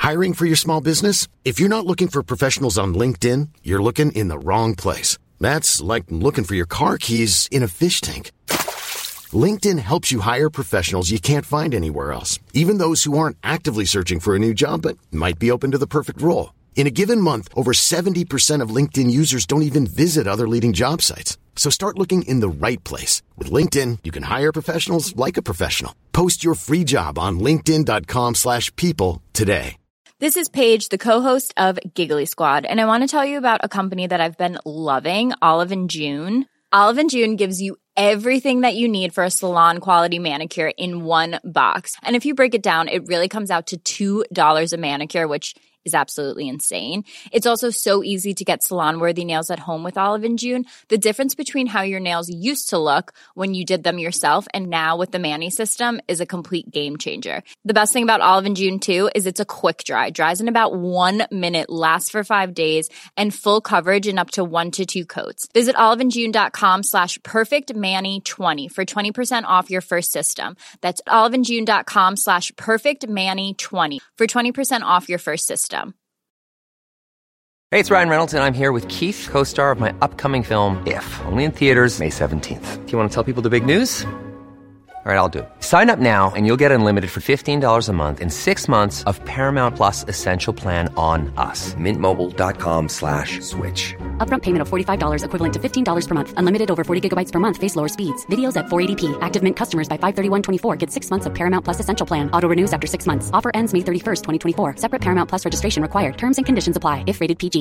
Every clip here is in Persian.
Hiring for your small business? If you're not looking for professionals on LinkedIn, you're looking in the wrong place. That's like looking for your car keys in a fish tank. LinkedIn helps you hire professionals you can't find anywhere else, even those who aren't actively searching for a new job but might be open to the perfect role. In a given month, over 70% of LinkedIn users don't even visit other leading job sites. So start looking in the right place. With LinkedIn, you can hire professionals like a professional. Post your free job on linkedin.com/people today. This is Paige, the co-host of Giggly Squad, and I want to tell you about a company that I've been loving, Olive & June. Olive & June gives you everything that you need for a salon-quality manicure in one box. And if you break it down, it really comes out to $2 a manicure, which is absolutely insane. It's also so easy to get salon-worthy nails at home with Olive & June. The difference between how your nails used to look when you did them yourself and now with the Mani system is a complete game changer. The best thing about Olive & June, too, is it's a quick dry. Dries in about 1 minute, lasts for 5 days, and full coverage in up to 1 to 2 coats. Visit oliveandjune.com/perfectmani20 for 20% off your first system. That's oliveandjune.com/perfectmani20 for 20% off your first system. Hey, it's Ryan Reynolds, and I'm here with Keith, co-star of my upcoming film, If, only in theaters May 17th. Do you want to tell people the big news? All right, I'll do it. Sign up now and you'll get unlimited for $15 a month and 6 months of Paramount Plus Essential Plan on us. MintMobile.com/switch. Upfront payment of $45 equivalent to $15 per month. Unlimited over 40 gigabytes per month. Face lower speeds. Videos at 480p. Active Mint customers by 531.24 get 6 months of Paramount Plus Essential Plan. Auto renews after 6 months. Offer ends May 31st, 2024. Separate Paramount Plus registration required. Terms and conditions apply if rated PG.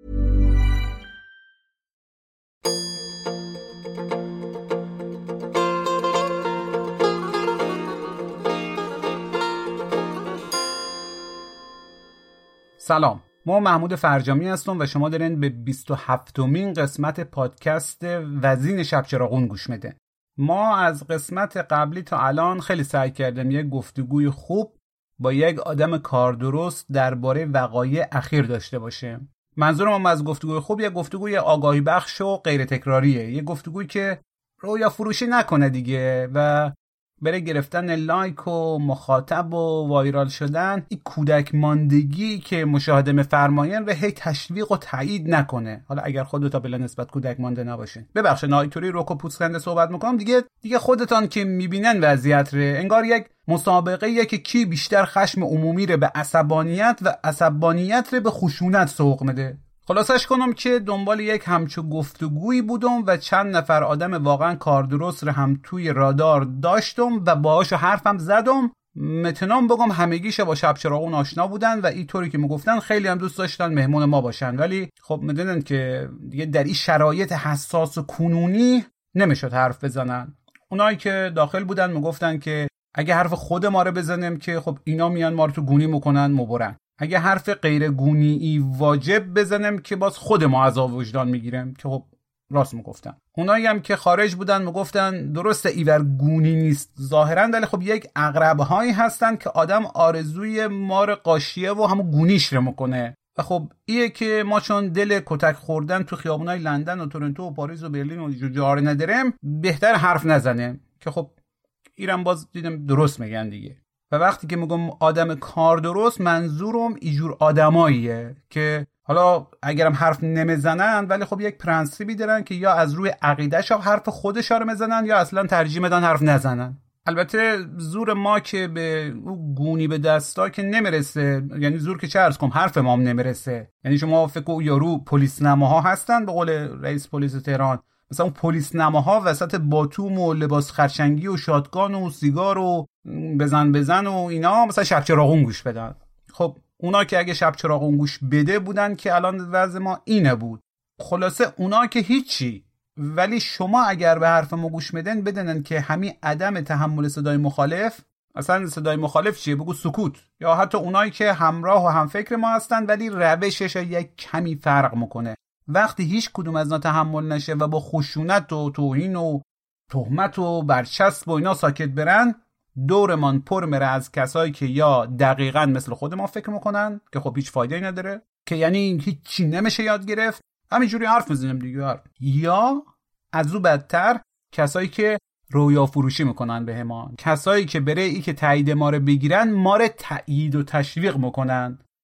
سلام، ما محمود فرجامی هستم و شما دارین به 27مین قسمت پادکست وزین شب چراغون گوش میدین. ما از قسمت قبلی تا الان خیلی سعی کردیم یک گفتگوی خوب با یک آدم کاردرست درباره وقایع اخیر داشته باشیم. منظورم از گفتگوی خوب یک گفتگوی آگاهی بخش و غیر تکراریه، یک گفتگویی که رویا فروشی نکنه دیگه و برای گرفتن لایک و مخاطب و وایرال شدن این کودک ماندگی که مشاهده می‌فرمایین و هی تشویق و تایید نکنه. حالا اگر خودتا بلا نسبت کودک مانده نباشین، ببخشید نایتوری روکو پوسکنده صحبت میکنم دیگه خودتان که میبینن وضعیت ره انگار یک مسابقه که کی بیشتر خشم عمومی رو به عصبانیت و عصبانیت رو به خشونت سوق میده. خلاصش کنم که دنبال یک همچو گفتگویی بودم و چند نفر آدم واقعا کاردرست رو هم توی رادار داشتم و باهاشو حرفم زدم. متنام بگم همگیش با شب چراغون آشنا بودن و اینطوری که میگفتن خیلی هم دوست داشتن مهمون ما باشن، ولی خب میدونن که دیگه در این شرایط حساس و کنونی نمیشد حرف بزنن. اونایی که داخل بودن میگفتن که اگه حرف خود ما رو بزنیم که خب اینا میان ما رو تو گونی میکنن مبرن، اگه حرف غیر گونی واجب بزنیم که باز خود ما عذاب وجدان میگیریم، که خب راست میگفتن. اونایی هم که خارج بودن میگفتن درسته ایور گونی نیست ظاهرا، ولی خب یک عقرب هایی هستن که آدم آرزوی مار قاشیه و همون گونیش رو میکنه و خب ایه که ما چون دل کتک خوردن تو خیابونای لندن و تورنتو و پاریس و برلین و جوجار نداریم بهتر حرف نزنیم، که خب ایران باز دیدم درست میگن دیگه. و وقتی که میگم آدم کار درست منظورم اینجور آدماییه که حالا اگرم حرف نمیزنن ولی خب یک پرنسیبی دارن که یا از روی عقیده‌ش حرف خودش رو میزنن یا اصلا ترجیح میدن حرف نزنن. البته زور ما که به اون گونی به دستا که نمیرسه، یعنی زور که چه عرض کنم حرف ما هم نمیرسه. یعنی شما فکر کن یارو پلیس نماها هستن به قول رئیس پلیس تهران، مثلا اون پلیس نماها وسط باتوم و لباس خرچنگی و شاتگان و سیگار و بزن و اینا مثلا شب چراغون گوش بدن. خب اونا که اگه شب چراغون گوش بده بودن که الان وضع ما اینه بود. خلاصه اونا که هیچی، ولی شما اگر به حرف ما گوش میدن بدونن که همین عدم تحمل صدای مخالف، اصلا صدای مخالف چیه؟ بگو سکوت. یا حتی اونایی که همراه و همفکر ما هستن ولی روشش یک کمی فرق میکنه. وقتی هیچ کدوم از اینا تحمل نشه و با خشونت و توهین و تهمت و برچسب و اینا ساکت برن، دورمان پر میره از کسایی که یا دقیقاً مثل خود ما فکر میکنن که خب هیچ فایده‌ای نداره، که یعنی هیچی نمیشه یاد گرفت، همینجوری حرف میزنیم دیگه، یا از اون بدتر کسایی که رویا فروشی میکنن به ما، کسایی که برای ای که تایید ما رو بگیرن ما رو تایید و تشویق میکنن.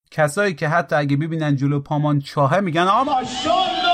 کسایی که حتی اگه ببینن جلو پامان چاهه میگن آ ماشاءالله.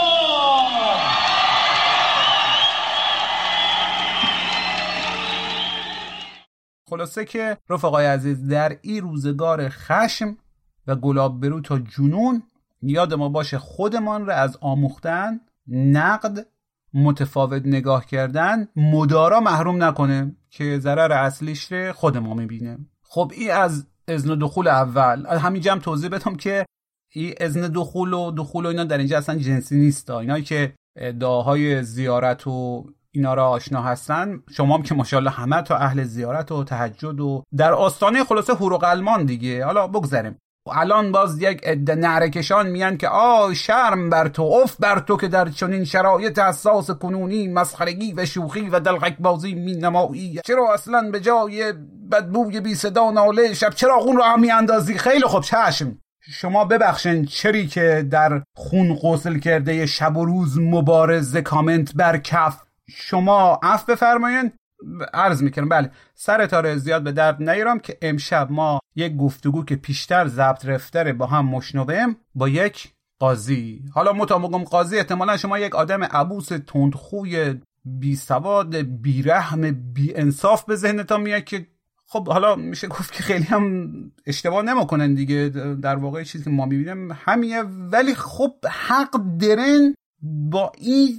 خلاصه که رفقای عزیز، در این روزگار خشم و گلاب برو تا جنون یاد ما باشه خودمان رو از آموختن، نقد، متفاوت نگاه کردن، مدارا محروم نکنه که ضرر اصلیش رو خود ما میبینه. خب این از اذن دخول اول. همینجا هم توضیح بدم که این اذن دخول و اینا در اینجا اصلا جنسی نیست. اینایی که ادعاهای زیارت و اینا را آشنا هستن، شما هم که ماشاءالله همه تا اهل زیارت و تهجد و در آستانه خلاصه حور قلمان دیگه. حالا بگذاریم. الان باز یک عده نعره‌کشان میان که شرم بر تو، اف بر تو که در چنین شرایط حساس کنونی مسخرگی و شوخی و دلقک بازی مینمایی. چرا اصلا به جای بدبوی بی صدا ناله شب چراغون رو هم میاندازی؟ خیلی خوب، چشم. شما ببخشین چری که در خون غسل کرده شب و روز مبارز کامنت بر کف، شما عفو بفرمایین. عرض میکنم بله، سر تاره زیاد به درد نیارم که امشب ما یک گفتگو که پیشتر ضبط رفتره با هم مشنویم با یک قاضی. حالا مطابقم قاضی احتمالا شما یک آدم عبوس تندخوی بی سواد بی رحم بی انصاف به ذهنتان میاد که خب حالا میشه گفت که خیلی هم اشتباه نمیکنن دیگه، در واقع چیزی که ما میبینیم همیه، ولی خب حق درن با این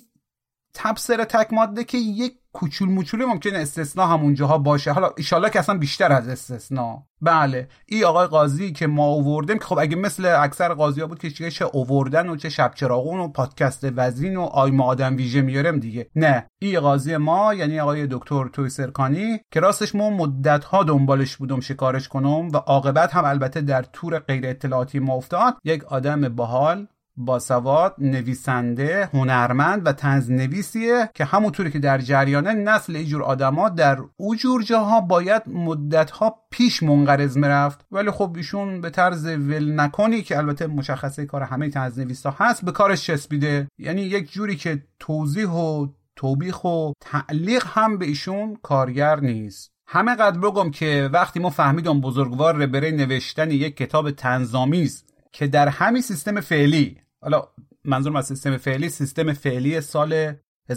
تبصره تک ماده که یک کوچول موچوله ممکنه استثناء همونجاها باشه، حالا ایشالله که اصلا بیشتر از استثناء. بله این آقای قاضی که ما آوردیم که خب اگه مثل اکثر قاضی‌ها بود که چه آوردن و چه شب چراغون و پادکست وزین و آیما آدم ویژه میارم دیگه، نه، این قاضی ما یعنی آقای دکتر توی سرکانی که راستش ما مدت‌ها دنبالش بودم شکارش کنم و عاقبت هم البته در تور غیر اطلاعاتی ما افتاد. یک آدم باحال، باسواد، نویسنده، هنرمند و طنزنویسیه که همونطوری که در جریانه نسل اینجور آدما در اونجور جاها باید مدت‌ها پیش منقرض میرفت، ولی خب ایشون به طرز ول نکنی که البته مشخصه کار همه طنزنویسا هست به کارش چسبیده، یعنی یک جوری که توضیح و توبیخ و تعلیق هم به ایشون کارگر نیست. همه قدر بگم که وقتی ما فهمیدم بزرگوار برای نوشتن یک کتاب طنزآمیز که در همین سیستم فعلی، حالا منظورم از سیستم فعلی سال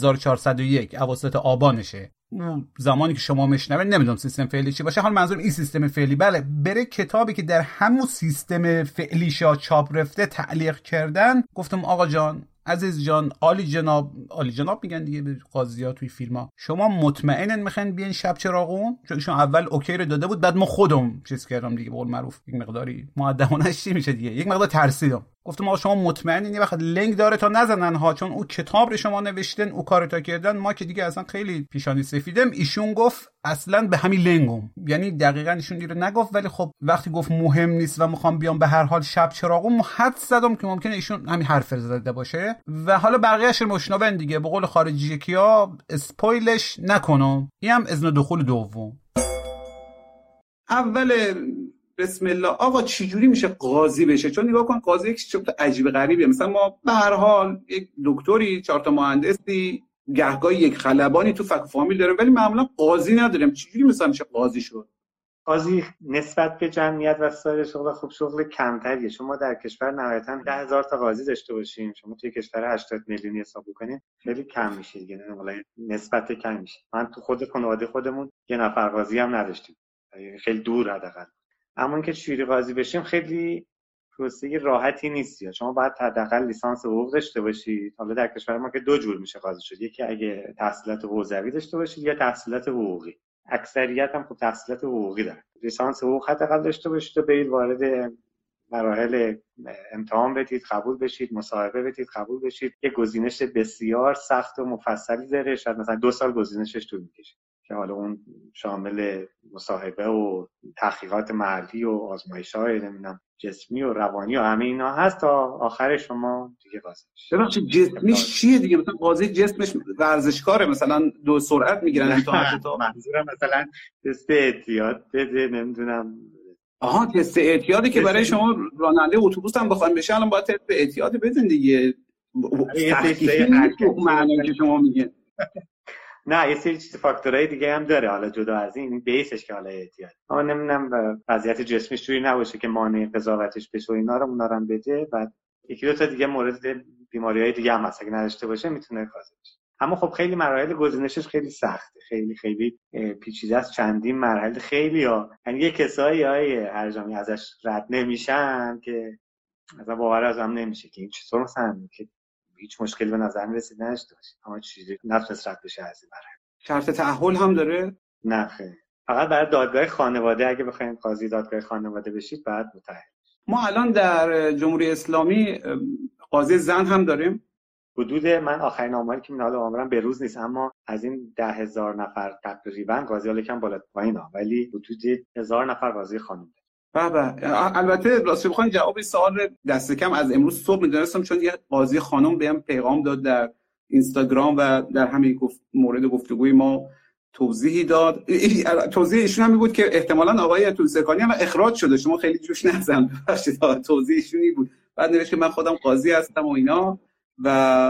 1401 اواسط آبانشه، زمانی که شما میشنوید نمیدونم سیستم فعلی چی باشه، حالا منظورم این سیستم فعلی، بله، بره کتابی که در همون سیستم فعلی شا چاپ رفته تعلیق کردن. گفتم آقا جان، عزیز جان، عالی جناب میگن دیگه به قاضی‌ها توی فیلم‌ها، شما مطمئنن میخواین بیان شب چراغون؟ چون ایشون اول اوکی رو داده بود، بعد ما خودم چیز کردم دیگه، به قول معروف یک مقداری مؤدبانش چی میشه دیگه، یک مقدار ترسیدم. گفتم آقا شما مطمئنین یه وقت لنگ داره تا نزنن ها، چون اون کتاب رو شما نوشتن، اون کارو تا کردن، ما که دیگه اصلا خیلی پیشانی سفیدم. ایشون گفت اصلا به همین لنگم، یعنی دقیقاً ایشون دیگه نگفت، ولی خب وقتی گفت مهم نیست و میخوام بیام به هر حال شب چراغون، حد زدم که ممکنه ایشون همین حرف زده باشه و حالا بقیه‌اش مشنون دیگه، به قول خارجی کیا اسپویلش نکنم. این هم اذن دخول دوم. اول بسم الله آقا چجوری میشه قاضی بشه؟ چون نگاه کن قاضی یک چیز عجیب غریبه. مثلا ما به هر حال یک دکتری، 4 تا مهندسی، گهگاهی یک خلبانی تو فک فامیل داریم، ولی معمولا قاضی نداریم. چجوری مثلا میشه قاضی شد؟ قاضی نسبت به جمعیت و سایر شغل خب شغل کمتریه. شما در کشور نهایتاً 10,000 تا قاضی داشته باشین، شما توی کشور 80 میلیونی حساب بکنین خیلی کم میشه دیگه، نسبت کم میشه. من تو خود خانواده خودمون یه نفر قاضی هم نداشتیم، خیلی دور حداقل. اما اینکه چجوری قاضی بشیم خیلی پروسه راحتی نیست. شما باید حداقل لیسانس حقوق داشته باشید. حالا در کشور ما که دو جور میشه قاضی شد، یکی اگه تحصیلات حوزوی داشته باشید یا تحصیلات حقوقی. اکثریت هم خب تحصیلات حقوقی دارن. لیسانس حقوق حداقل داشته باشید و برید وارد مراحل امتحان بدید، قبول بشید، مصاحبه بدید، قبول بشید. یه گزینش بسیار سخت و مفصلی داره، شاید مثلا 2 سال گزینشش طول میکشه که حالا اون شامل مصاحبه و تحقیقات محلی و آزمایش‌های نمیدونم جسمی و روانی و همه اینا هست تا آخر شما دیگه قاضی میشید. ببخشید جسمیش چیه دیگه؟ مثلا قاضی جسمش ورزشکاره، مثلا 2 سرعت میگیرن امتحان تا منظورم مثلا تست اعتیاد بده، نمیدونم. آها تست اعتیادی که برای شما راننده اتوبوس هم بخواید بشه الان باید تست اعتیاد بدین دیگه. معنی که شما میگین نه یه سری چیز فاکتورهای دیگه هم داره، حالا جدا از این بیسش که حالا اعتیاد ما نمیدونم وضعیت جسمیش جوری نباشه که مانع قضاوتش بشه و اینا رو اونارم بده و یکی دو تا دیگه مورد بیماریهای دیگه هم هست که نداشته باشه میتونه کاذب بشه. اما خب خیلی مراحل گزینشش خیلی سخته، خیلی پیچیده است، چندین مرحله خیلی یعنی یه کسایی هر جامی ازش رد نمیشن که مثلا باور ازم نمیشه که این چطور مثلا که هیچ مشکلی به نظر میرسید نداشته باشه اما چیزی نتونست رد بشه از این مرحله. شرط تأهل هم داره؟ نه خیلی، فقط برای دادگاه خانواده اگه بخواید قاضی دادگاه خانواده بشید بعد متأهل. ما الان در جمهوری اسلامی قاضی زن هم داریم؟ حدود من آخرین آماری که من حالا آمارم به روز نیست اما از این 10,000 نفر تقریبا قاضی حالا کم بالا پایینا ولی حدود 1000 نفر قاضی خانم. البته راستش بخواید جواب سوال دست کم از امروز صبح می‌دونستم چون یه قاضی خانم بهم پیغام داد در اینستاگرام و در همین مورد گفتگوی ما توضیحی داد. توضیح ایشون هم بود که احتمالاً آقای توسکانی هم اخراج شده، شما خیلی جوش نزن ببخشید. توضیح ایشونی بود. بعد نوشت که من خودم قاضی هستم و اینا و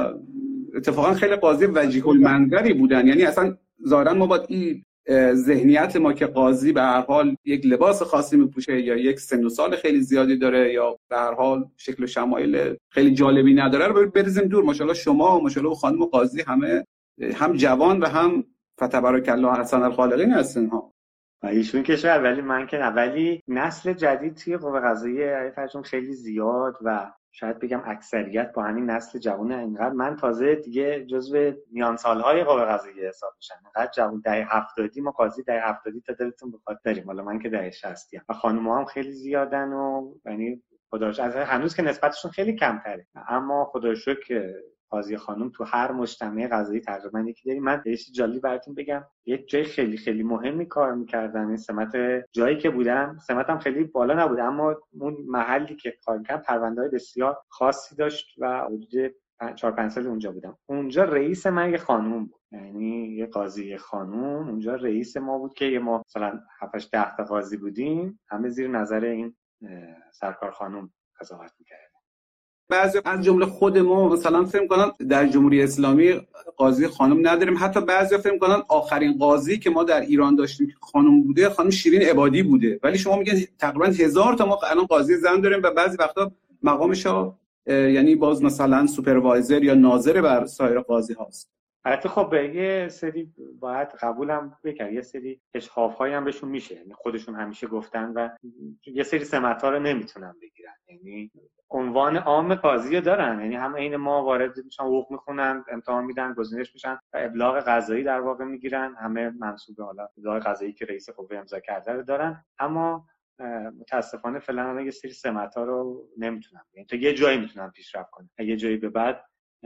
اتفاقا خیلی قاضی وجیه المنظری بودن، یعنی اصلا ظاهرا ما باید این ذهنیت ما که قاضی به هر حال یک لباس خاصی میپوشه یا یک سن و سال خیلی زیادی داره یا به هر حال شکل و شمایل خیلی جالبی نداره رو بریزیم دور. ماشاءالله شما و ماشاءالله خانم قاضی همه هم جوان و هم فتبارک الله احسن الخالقین هستن ها. ایشون کشور ولی من که ولی نسل جدید توی قوه قضاییه فرجون خیلی زیاد و شاید بگم اکثریت با همین نسل جوان اینقدر من تازه دیگه جزو میان سالهای قوه قضاییه حساب میشم. اینقدر جوان دهه 70 ما قاضی دهه 70 تا دلتون بخواد داریم، حالا من که دهه 60 ام و خانم‌ها هم خیلی زیادن و یعنی خدا رو شکر هنوز که نسبتشون خیلی کمتره اما خدا رو شکر قاضی خانم تو هر مجتمع قضایی تقریبا یکی داریم. من یه چیز جالب براتون بگم، یک جای خیلی خیلی مهمی کار می‌کردم، این سمت جایی که بودم سمتم خیلی بالا نبود اما اون محلی که کار می‌کردم پرونده‌های بسیار خاصی داشت و حدود 4-5 سال اونجا بودم. اونجا رئیس من یه خانم بود، یعنی یه قاضی خانم اونجا رئیس ما بود که ما مثلا 7-8 تا قاضی بودیم، همه زیر نظر این سرکار خانم قضاوت می‌کردن. بعضی از جمله خود ما مثلا فکر می‌کنن در جمهوری اسلامی قاضی خانم نداریم، حتی بعضی فکر می‌کنن آخرین قاضی که ما در ایران داشتیم که خانم بوده خانم شیرین عبادی بوده، ولی شما میگن تقریبا 1000 تا ما الان قاضی زن داریم و بعضی وقتا مقامش یعنی باز مثلا سوپروایزر یا ناظر بر سایر قاضی هاست. البته خب یه سری باید قبولم بکنن، یه سری اشحاف‌هایی هم بهشون میشه، یعنی خودشون همیشه گفتن و یه سری سمت‌ها رو نمیتونن بگیرن، یعنی عنوان عام قاضی رو دارن، یعنی هم عین ما وارد میشن حقوق میخونن امتحان میدن گزینش میشن و ابلاغ قضایی در واقع میگیرن، همه منصوب حالا ابلاغ قضایی که رئیس قوه امضا کرده رو دارن اما متاسفانه فعلا یه سری سمت‌ها رو نمیتونن، یعنی تا یه جایی میتونن پیشرفت کنن، یه جایی به بعد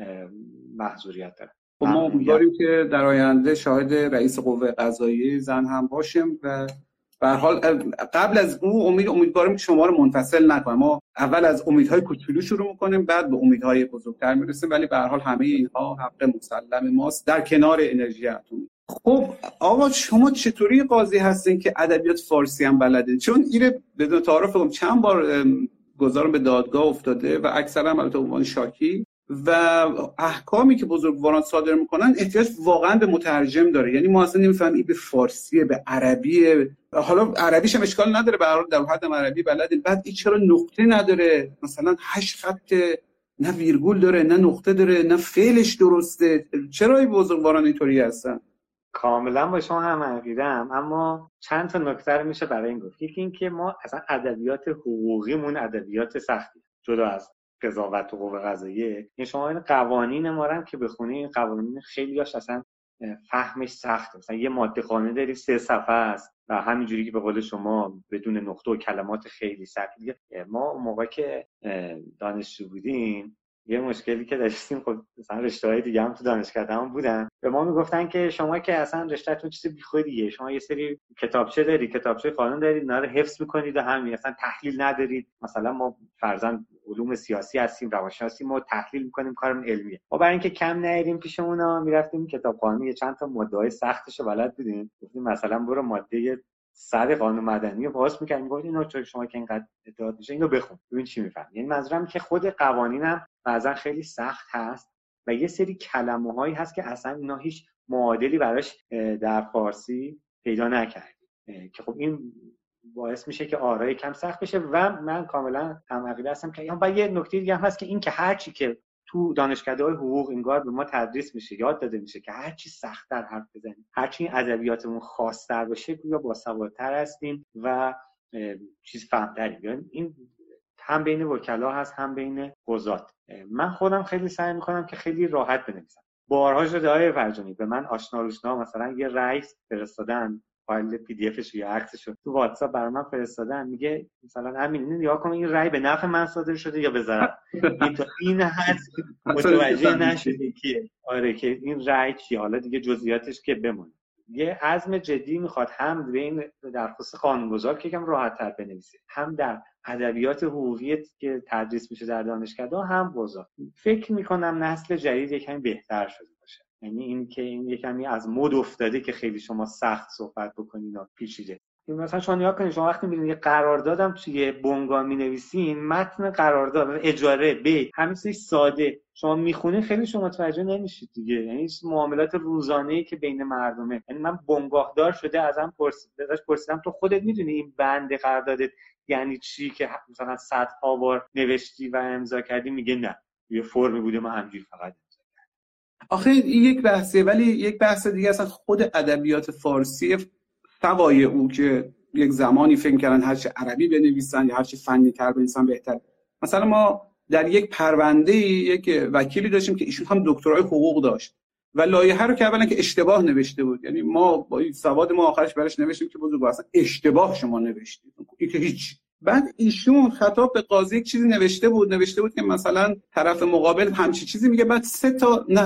محظوریت دارن. ما امیدواریم که در آینده شاهد رئیس قوه قضاییه زن هم باشیم و به هر حال قبل از اون امیدواریم که شما رو منفصل نکنه. ما اول از امیدهای کوچولو شروع می‌کنیم بعد به امیدهای بزرگتر میرسیم، ولی به هر حال همه اینها حق مسلم ماست در کنار انرژی اتمی. خب آقا شما چطوری قاضی هستین که ادبیات فارسی هم بلدین؟ چون اینه بدون تعارف بگم چند بار گزارم به دادگاه افتاده و اکثرا البته عنوان شاکی و احکامی که بزرگواران صادر میکنن احتیاج واقعا به مترجم داره، یعنی ما اصلا نمیفهمیم این به فارسیه به عربیه، حالا عربیش هم اشکال نداره به هر حال در حد عربی بلدین، بعد این چرا نقطه نداره، مثلا 8 خط نه ویرگول داره نه نقطه داره نه فعلش درسته، چرا این بزرگواران اینطوری هستن؟ کاملا با شما هم عقیده‌ام اما چند تا نکته رو میشه برای این گفت. یکی این که ما اصلا ادبیات حقوقیمون ادبیات سختی جدا از قضاوت و قوه قضاییه، یعنی شما این قوانین ما رو که بخونید این قوانین خیلیاش اصلا فهمش سخته، مثلا یه ماده قانونی داریم 3 صفحه است و همینجوری که به قول شما بدون نقطه و کلمات خیلی سختی. ما اون موقع که دانشجو بودیم یه مشکلی که داشتیم، خب مثلا رشته‌های دیگه هم تو دانشکده‌مون بودن به ما میگفتن که شما که اصلا رشته‌تون چیز بیخودیه، شما یه سری کتابچه دارید، کتابچه قانون دارید، اینا رو حفظ می‌کنید و همین اصلا تحلیل ندارید. مثلا ما فرضاً علوم سیاسی هستیم، روانشناسی، ما تحلیل می‌کنیم، کارمون علمیه. ما برای اینکه کم نیاریم پیشمونا میرفتیم کتاب قانون یه چند تا ماده‌های سختش رو بلد بودیم، گفتیم مثلا برو ماده 100 قانون مدنی رو باز می‌کنیم، گفتیم اینو چون شما که اینقدر اطلاعات میشه اینو بخون ببین چی می‌فهمی. یعنی منظورم که خود قوانینم بعضا خیلی سخت هست و یه سری کلمه‌هایی هست که اصلا اینا هیچ معادلی براش در فارسی پیدا نکردیم که خب این باعث میشه که آرای کم سخت بشه. و من کاملا هم عقیده هستم که یه نکته دیگه هم هست که این که هر چی که تو دانشکده‌های حقوق انگار به ما تدریس میشه، یاد داده میشه که هر چی سخت‌تر حرف بزنیم، هر چی ادبیاتمون خاص‌تر باشه، گویا باسوادتر هستیم و چیز فهم‌تریم. یعنی این هم بین وکلا هست هم بین قضات. من خودم خیلی سعی میکنم که خیلی راحت بنویسم. بارها شده آقای فرجانی به من آشنا روشنا مثلا یه رأی فرستادن، فایل پی دی افش یا عکسش تو واتساپ برای من فرستادن، میگه مثلا همین نگاه کن این رأی به نفع من صادر شده یا به ضرر. این حد متوجه نشده که آره که این رأی چیه، حالا دیگه جزئیاتش که بمونه. یه عزم جدی میخواد هم بین درخواست قانونگذار که یکم راحت‌تر بنویسه، هم در ادبیات حقوقی که تدریس میشه در دانشکده هم قضات. فکر میکنم نسل جدید یکم بهتر شده باشه. یعنی این که این یکمی از مد افتاده که خیلی شما سخت صحبت بکنین و پیچیده. مثلا شما نگاه کنید، شما وقتی میبینید یه قراردادم توی بنگاه مینویسین، متن قرارداد، اجاره، بیع، همین چیز ساده شما میخونید خیلی شما متوجه نمیشید دیگه. یعنی معاملات روزانه‌ای که بین مردمه. یعنی من بنگاهدار شده ازم پرسیدم تو خودت میدونی این بند قراردادت یعنی چی که مثلا صدها بار نوشتی و امضا کردی؟ میگه نه، یه فرمی بوده من همینجوری فقط امضا کردم. آخه این یک بحثه، ولی یک بحث دیگه اصلا خود ادبیات فارسی سوای او که یک زمانی فکر کردن هر چه عربی بنویسن یا هر چه فنی تر بنویسن بهتر. مثلا ما در یک پرونده یک وکیلی داشتیم که ایشون هم دکترای حقوق داشت و لایحه رو که اولا که اشتباه نوشته بود، یعنی ما با این سواد ما آخرش براش نوشتیم که بزرگوار اصلا اشتباه شما نوشتید، این که هیچ. بعد ایشون خطاب به قاضی یک چیزی نوشته بود که مثلا طرف مقابل همچی چیزی میگه، بعد 6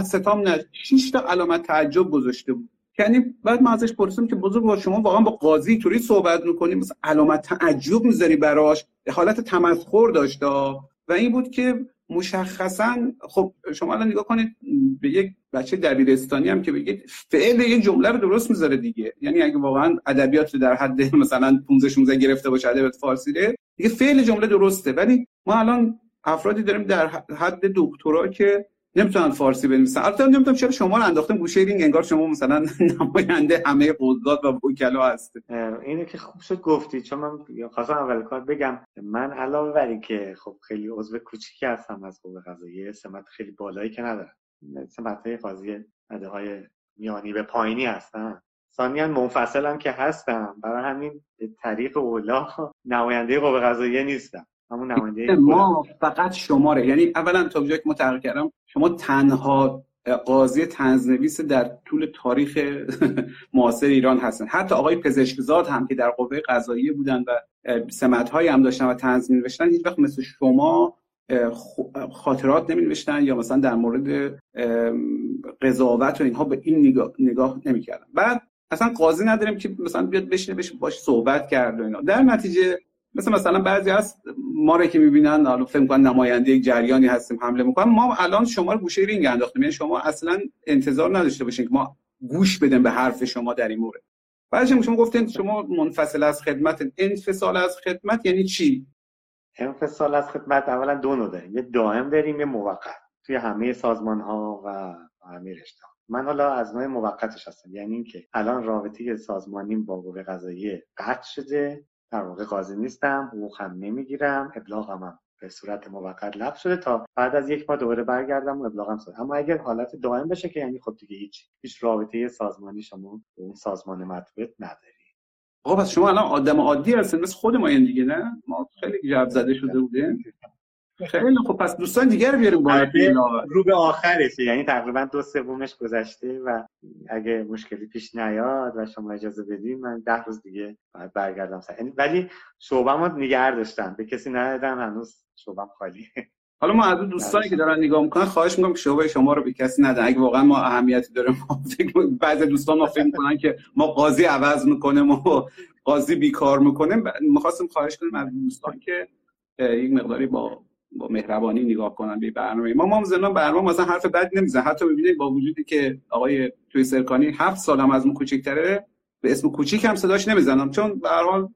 تا علامت تعجب گذاشته بود. یعنی بعد ما ازش پرسیدم که بزرگوار شما واقعا با قاضی طوری صحبت می‌کنی مثلا علامت تعجب می‌ذاری براش؟ حالت تمسخر داشت و این بود که مشخصاً خب شما الان نگاه کنید به یک بچه دبیرستانی هم که بگید فعل یک جمله رو درست می‌ذاره دیگه. یعنی اگه واقعا ادبیات در حد مثلا 15-16 گرفته باشه ادبیات فارسی دیگه فعل جمله درسته، ولی ما الان افرادی داریم در حد دکترا که نمیتونن فارسی بنویسن. البته نمیدونم چرا شما رو انداختم گوشه رینگ، انگار شما مثلا نماینده همه قضات و وکلا هستید. اینه که خوب شد گفتید، چون من خواستم اول کار بگم من علاوه بر این که خب خیلی عضو کوچیکی هستم از قوه قضاییه، سمت خیلی بالایی که ندارم، سمت‌های قاضی رده‌های میانی به پایینی هستم، ثانیاً منفصلم که هستم، برای همین به طریق اولا نماینده قوه قضاییه نیستم. همون نماینده ما فقط شماره، یعنی اولا تا جایی که متحقق کردم شما تنها قاضی طنزنویس در طول تاریخ معاصر ایران هستن. حتی آقای پزشکزاد هم که در قوه قضاییه بودن و سمت‌هایی هم داشتن و طنز می‌نوشتن، هیچ وقت مثل شما خاطرات نمی‌نوشتن یا مثلا در مورد قضاوت و اینها به این نگاه نمی‌کردن. بعد اصلا قاضی نداریم که مثلا بیاد بشینه باش صحبت کرد و اینا. در نتیجه مثلا بعضی از ما رو که می‌بینن حالا فکر می‌کنن نماینده یک جریانی هستیم حمله می‌کنن. ما الان شما رو گوشه رینگ انداختیم، یعنی شما اصلا انتظار نداشته باشین که ما گوش بدیم به حرف شما در این مورد. بعدش شما گفتین شما منفصل از خدمت. انفصال از خدمت یعنی چی؟ انفصال از خدمت اولا دو نوع داریم، یه دائم داریم، یه موقت، توی همه سازمان‌ها و همه رشته‌ها. من حالا از نوع موقتش هستم، یعنی اینکه الان رابطه سازمانیم با قوه قضاییه قطع شده، در واقع قاضی نیستم، حقوق هم نمیگیرم، ابلاغم هم به صورت موقت لغو شده تا بعد از یک ماه دوباره برگردم و ابلاغم شده. اما اگر حالت دائم بشه که یعنی خب دیگه هیچ رابطه سازمانی شما با اون سازمان مطبوعات نداری. آقا پس شما الان آدم عادی هستین مثل خود ما این دیگه، نه؟ ما خیلی جواب زده شده بودیم. خیلی خب پس دوستان دیگه رو بیاریم بالا. رو به آخرشه، یعنی تقریبا 2/3 گذشته و اگه مشکلی پیش نیاد و شما اجازه بدین من 10 روز دیگه بعد برگردم ولی شعبه‌مو نگه داشتم، به کسی ندادم، هنوز شعبه‌م خالیه. حالا ما از دوستانی که دارن نگاه میکنن خواهش میکنم که شعبه شما رو به کسی ندن. اگه واقعا ما اهمیتی داره، بعضی دوستان ما فکر میکنن که ما قاضی عوض میکنیم و قاضی بیکار میکنیم. می‌خواستم خواهش کنیم از دوستان که یک مقداری با مهربانی نگاه کنن به برنامه ما زندان برنامه مثلا حرف بد نمیزنه. حتی ببینید با وجودی که آقای توی سرکانی 7 سال هم از من کوچیک‌تره، به اسم کوچیک هم صداش نمیزنم، چون به هر حال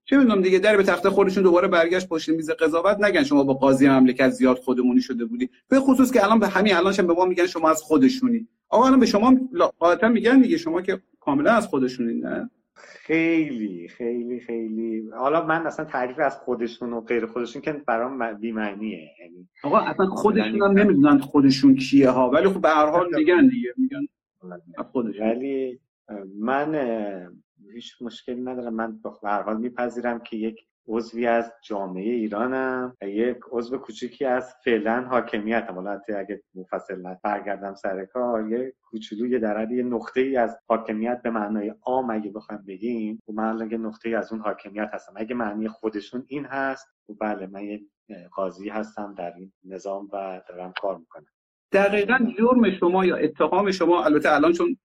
چه میدونم دیگه در به تخته خودشون دوباره برگشت پشت میز قضاوت، نگن شما با قاضی مملکت زیاد خودمونی شده بودی. به خصوص که الان به همین الانش به ما میگن شما از خودشونی. آقا الان به شما قاطعا میگن دیگه شما که کاملا از خودشونین. نه خیلی خیلی خیلی. حالا من اصلا تعریف از خودشون و غیر خودشون که برام بی معنیه. یعنی آقا اصلا خودشون هم نمیدونن خودشون کیه ها، ولی خب به هر حال میگن خودشون. ولی من هیچ مشکلی ندارم، من به هر حال میپذیرم که یک عضوی از جامعه ایرانم و یک عضو کوچیکی از فعلا حاکمیتم. حالا اگه مفصل برگردم سر کار، یه کوچولو یه در حد یه نقطه‌ای از حاکمیت به معنای عام اگه بخوام بگیم، و من الان یه نقطه‌ای از اون حاکمیت هستم. اگه معنی خودشون این هست، و بله من یه قاضی هستم در این نظام و دارم کار میکنم. دقیقاً جرم شما یا اتهام شما، البته الان چون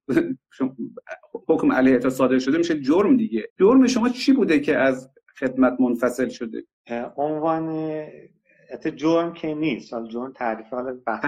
حکم علیه صادر شده میشه جرم دیگه، جرم شما چی بوده که از خدمت منفصل شده؟ عنوان جرم که نیست، حالا جرم تعریف حالا بحث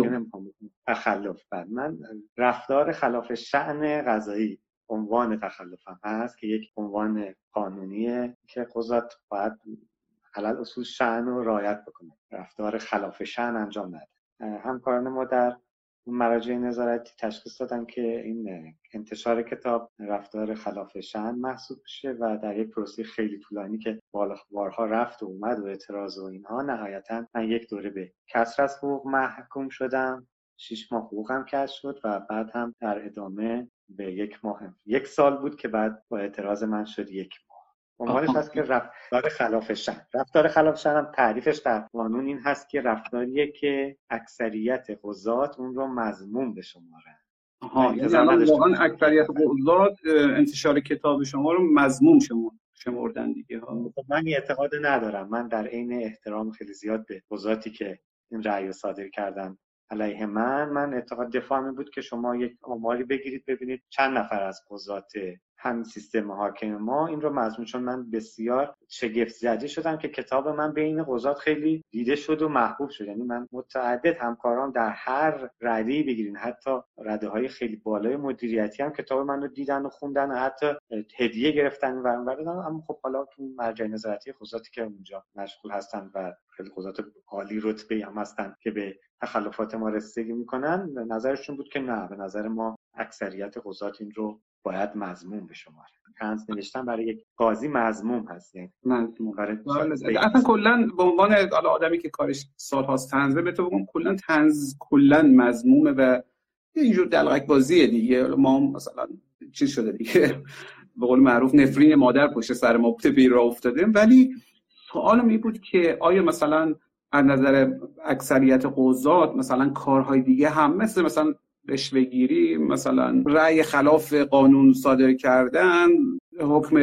تخلف. بعد من رفتار خلاف شأن قضایی عنوان تخلفم هست که یک عنوان قانونیه که قضات باید علل اصول شأن رو رعایت بکنه، رفتار خلاف شأن انجام نده. همکاران ما در مراجع نظارتی تشخیص دادن که این انتشار کتاب رفتار خلاف شأن محسوب میشه و در یک پروسه خیلی طولانی که بارها رفت و اومد و اعتراض و اینها، نهایتاً من 1 دوره به کسر از حقوق محکوم شدم. 6 ماه حقوقم کسر شد و بعد هم در ادامه به 1 ماه 1 سال بود که بعد با اعتراض من شد 1 ماه. عنوانش هست که رفتار خلاف شأن. رفتار خلاف شأن هم تعریفش در قانون این هست که رفتاریه که اکثریت قضات اون رو مذموم به شمارن. یعنی الان واقعا اکثریت قضات انتشار کتاب شما رو مذموم شمردن دیگه ها. من اعتقاد ندارم. من در عین احترام خیلی زیاد به قضاتی که این رأی رو صادر کردن علیه من اعتقاد دفاعی بود که شما یک آماری بگیرید ببینید چند نفر از قضات همین سیستم حاکم ما این رو مضمون. چون من بسیار شگفت زده شدم که کتاب من بین قضات خیلی دیده شد و محبوب شد. یعنی من متعدد همکاران در هر رده‌ای بگیرین، حتی رده‌های خیلی بالای مدیریتی هم کتاب من رو دیدن و خوندن و حتی هدیه گرفتن و دادن. اما خب حالا تو مرجع نظارتی قضاتی که اونجا مشغول هستن و خیلی قضات عالی رتبه هم هستن که به تخلفات ما رسیدگی میکنن، نظرشون بود که نه، به نظر ما اکثریت قضات این رو باید مذموم بشماره. طنز نوشتن برای یک قاضی مذموم هست، یعنی مذموم. اصلا کلا به عنوان آدمی که کارش سال‌هاست طنزه، به تو بگم کلا طنز کلا مذمومه و اینجور دلغک بازیه دیگه. ما مثلا چیز شده دیگه به قول معروف نفرین مادر پشت سر ما بوده به راه افتادیم. ولی سوالم این بود که آیا مثلا از نظر اکثریت قضات مثلا کارهای دیگه هم مثلا رشوه‌گیری، مثلا رأی خلاف قانون صادر کردن، حکم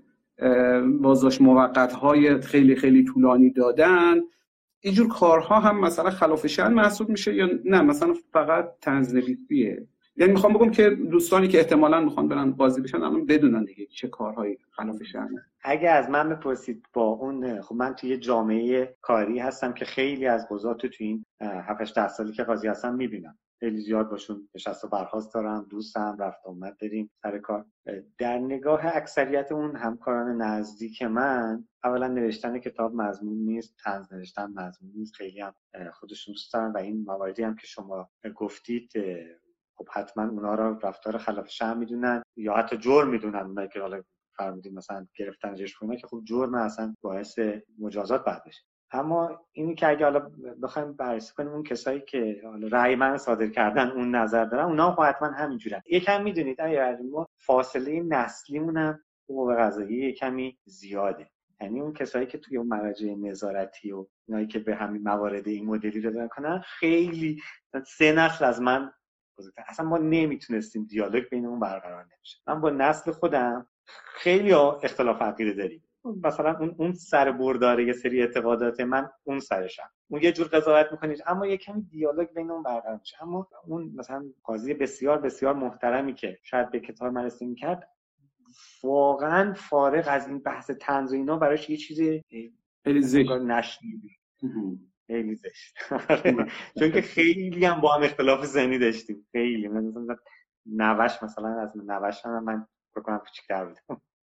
بازداشت موقت‌های خیلی خیلی طولانی دادن، اینجور کارها هم مثلا خلاف شأن محسوب میشه یا نه مثلا فقط طنزنویسیه؟ یعنی میخوام بگم که دوستانی که احتمالاً میخوان برن قاضی بشن الان بدونن دیگه چه کارهایی خلاف شأنه. اگه از من بپرسید با اون، خب من توی جامعه کاری هستم که خیلی از قضات تو این 7-8 سالی که قاضی هستم میبینم، خیلی زیاد باشون نشست و برخاست دارم، دوستم، رفت اومد داریم سر کار. در نگاه اکثریت اون همکاران نزدیک من، اولا نوشتن کتاب مضمون نیست، طنز نوشتن مضمون نیست، خیلی هم خودشون دوست دارن و این مواردی هم که شما گفتید خب حتما اونا رو رفتار خلاف شأن میدونن یا حتی جرم میدونن. اونایی که حالا فرمودید مثلا گرفتن رشوه که خب جرم اصلا باعث مجازات بعد بشه. اما اینی که اگه حالا بخوایم بررسی کنیم اون کسایی که حالا رأی من صادر کردن اون نظر دارن، اونا خب حتما همینجورن. یکم میدونید ما فاصله نسلیمون هم حقوق قضایی کمی زیاده. یعنی اون کسایی که توی اون مراجع نظارتی و اونایی که به همین موارد این مدلی رو دارن کنن، خیلی 3 نسل از من اصلا ما نمیتونستیم دیالوگ بینمون برقرار نمیشه. من با نسل خودم خیلی اختلاف عقیده داریم. مثلا اون سر برداره یه سری اعتقادات من اون سرشم، اون یه جور قضاوت میکنید اما یه کمی دیالوگ بین اون برقرار میشه. اما اون مثلا قاضی بسیار بسیار محترمی که شاید به کتاب من رسیدگی میکرد، واقعا فارغ از این بحث طنز و اینا براش یه چیز خیلی زشت نشنیدی، خیلی زشت چون که خیلی هم با هم اختلاف ذهنی داشتیم. خیلی مثلا نوش مثلا از نوش هم من بکنم کوچیک‌تر بودم.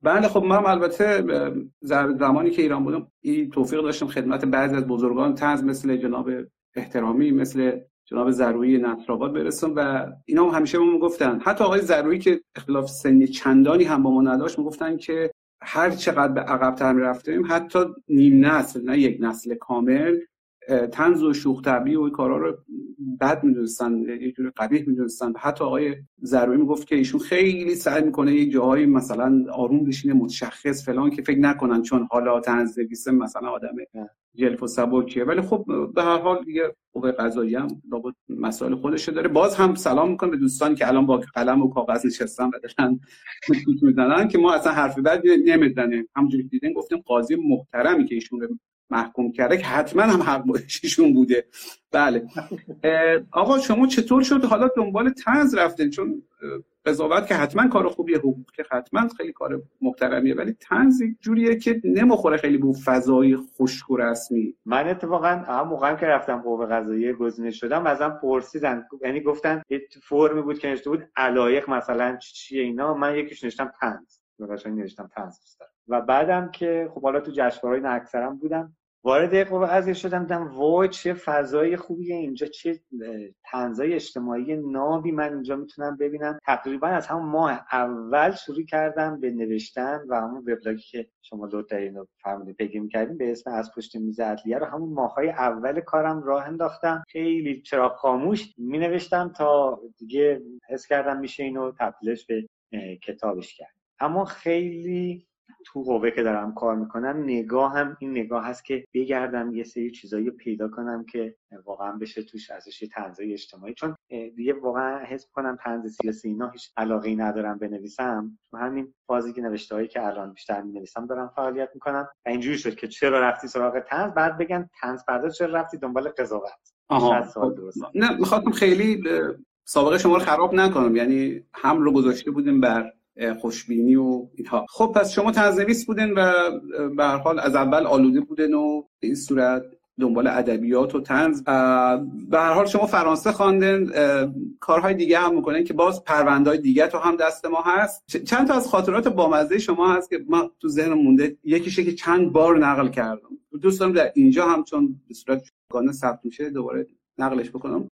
بله خب من البته زمانی که ایران بودم این توفیق داشتم خدمت بعضی از بزرگان طنز مثل جناب احترامی، مثل جناب ضرویی نصرآباد برسم و اینا هم همیشه بهمون گفتن، حتی آقای ضرویی که اختلاف سنی چندانی هم با ما نداشت میگفتن که هر چقدر به عقب‌تر می‌رفتیم، حتی نیم نسل نه یک نسل کامل، طنز و شوخ طبعی و کارا رو بد می‌دونستن، یه جوری قبیح می‌دونستن. حتی آقای ضرویی میگفت که ایشون خیلی سعی می‌کنه یه جاهایی مثلا آروم بشینه، متشخص فلان، که فکر نکنن چون حالا طنز نویسه مثلا آدم جلف و سبکیه. ولی خب به هر حال دیگه قوه قضاییه هم لابد مسائل خودشه داره. باز هم سلام می‌کنم به دوستانی که الان با قلم و کاغذ نشستن و دارن می‌زنن که ما اصلا حرفی بدی نمی‌زنیم. همونجوری که دیدین گفتیم قاضی محترمی که ایشون رو محکوم کرده که حتما هم حق باشیشون بوده. بله. آقا شما چطور شد حالا دنبال طنز رفتین؟ چون قضاوت که حتما کار خوبیه، حقوق که حتما خیلی کار محترمیه، ولی طنز جوریه که نمیخوره خیلی به فضای خشک و رسمی. من اتفاقا هم موقعی که رفتم قوه قضاییه گزینش شدم ازم پرسیدن، یعنی گفتن یه فرمی بود که نوشته بود علایق مثلا چیه اینا، من یکیش نوشتم طنز، قشنگ نوشتم طنز دوست دارم. و بعدم که خب حالا تو جشنواره‌های نه اکثرا بودم، وارد قوه قضاییه شدم، دیدم وای چه فضای خوبیه اینجا، چه طنزای اجتماعی نابی من اینجا میتونم ببینم. تقریبا از همون ماه اول شروع کردم به نوشتن و همون وبلاگی که شما لطف دارین و فرمودید پیگیری می‌کردیم به اسم از پشت میز عدلیه رو همون ماهای اول کارم راه انداختم. خیلی چراغ خاموش مینوشتم تا دیگه حس کردم میشه اینو تبدیلش به کتابش کرد. اما خیلی تو قوه که دارم کار میکنم نگاهم این نگاه هست که بگردم یه سری چیزایی پیدا کنم که واقعا بشه توش ازش طنزای اجتماعی، چون دیگه واقعا حس کنم طنز سیاسی اینا هیچ علاقه‌ای ندارم بنویسم. تو همین فازی که نوشته‌هایی که الان بیشتر می‌نویسم دارم فعالیت میکنم. اینجوری شد که چرا رفتی سراغ طنز، بعد بگن طنز پرداز چرا رفتی دنبال قضاوت. نه می‌خواستم خیلی سابقه شما رو خراب نکنم، یعنی هم رو گذاشته بودیم بر خوشبینی و اینها. خب پس شما طنزنویس بودین و به هر حال از اول آلوده بودین و به این صورت دنبال ادبیات و طنز. به هر حال شما فرانسه خواندین، کارهای دیگه هم میکنین که باز پرونده‌های دیگه تو هم دست ما هست. چند تا از خاطرات بامزه شما هست که ما تو ذهنم مونده، یکیشه که چند بار نقل کردم، دوست دارم در اینجا هم چون به صورت جداگانه ثبت میشه دوباره نقلش بکنم.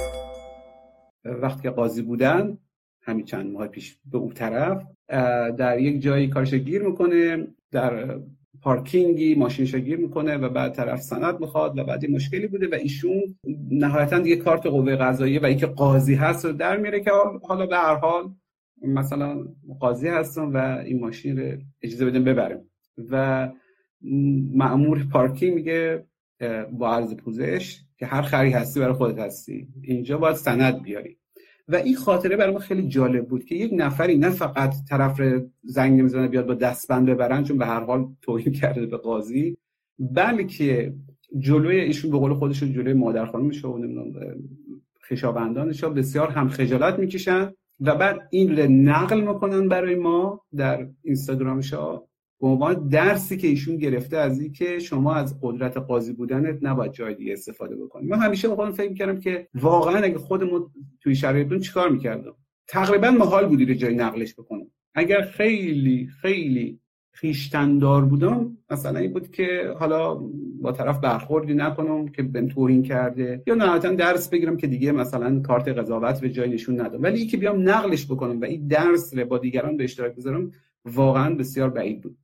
وقتی که قاضی بودن همین چند ماه پیش به اون طرف در یک جایی کارش گیر میکنه، در پارکینگی ماشینش گیر میکنه و بعد طرف سند میخواد و بعد مشکلی بوده و ایشون نهایتا دیگه کارت قوه قضاییه و اینکه قاضی هست رو در میاره که حالا به هر حال مثلا قاضی هستم و این ماشین رو اجازه بدیم ببریم و مأمور پارکینگ میگه با عرض پوزش که هر خری هستی برای خودت هستی، اینجا باید سند بیاری. و این خاطره برای من خیلی جالب بود که یک نفری نه فقط طرف زنگ نمیزنه بیاد با دستبند ببرن چون به هر حال توهین کرده به قاضی، بلکه جلوی ایشون به قول خودشون جلوی مادر خانومش و نمیدونم خویشاوندانش بسیار هم خجالت میکشن و بعد این رو نقل میکنن برای ما در اینستاگرامشا به عنوان درسی که ایشون گرفته از این که شما از قدرت قاضی بودنت نباید جای دیگه استفاده بکنید. من همیشه با خودم فکر می‌کردم که واقعا اگه خودمون توی شرایطون چیکار می‌کردم، تقریبا محال بود رو جای نقلش بکنم. اگر خیلی خیلی خویشتن‌دار بودم مثلا این بود که حالا با طرف برخوردی نکنم که بهم توهین کرده یا نهایتاً درس بگیرم که دیگه مثلا کارت قضاوت به جای نشون ندم، ولی اینکه بیام نقلش بکنم و این درس رو با دیگران به اشتراک بذارم واقعا بسیار بعید بود.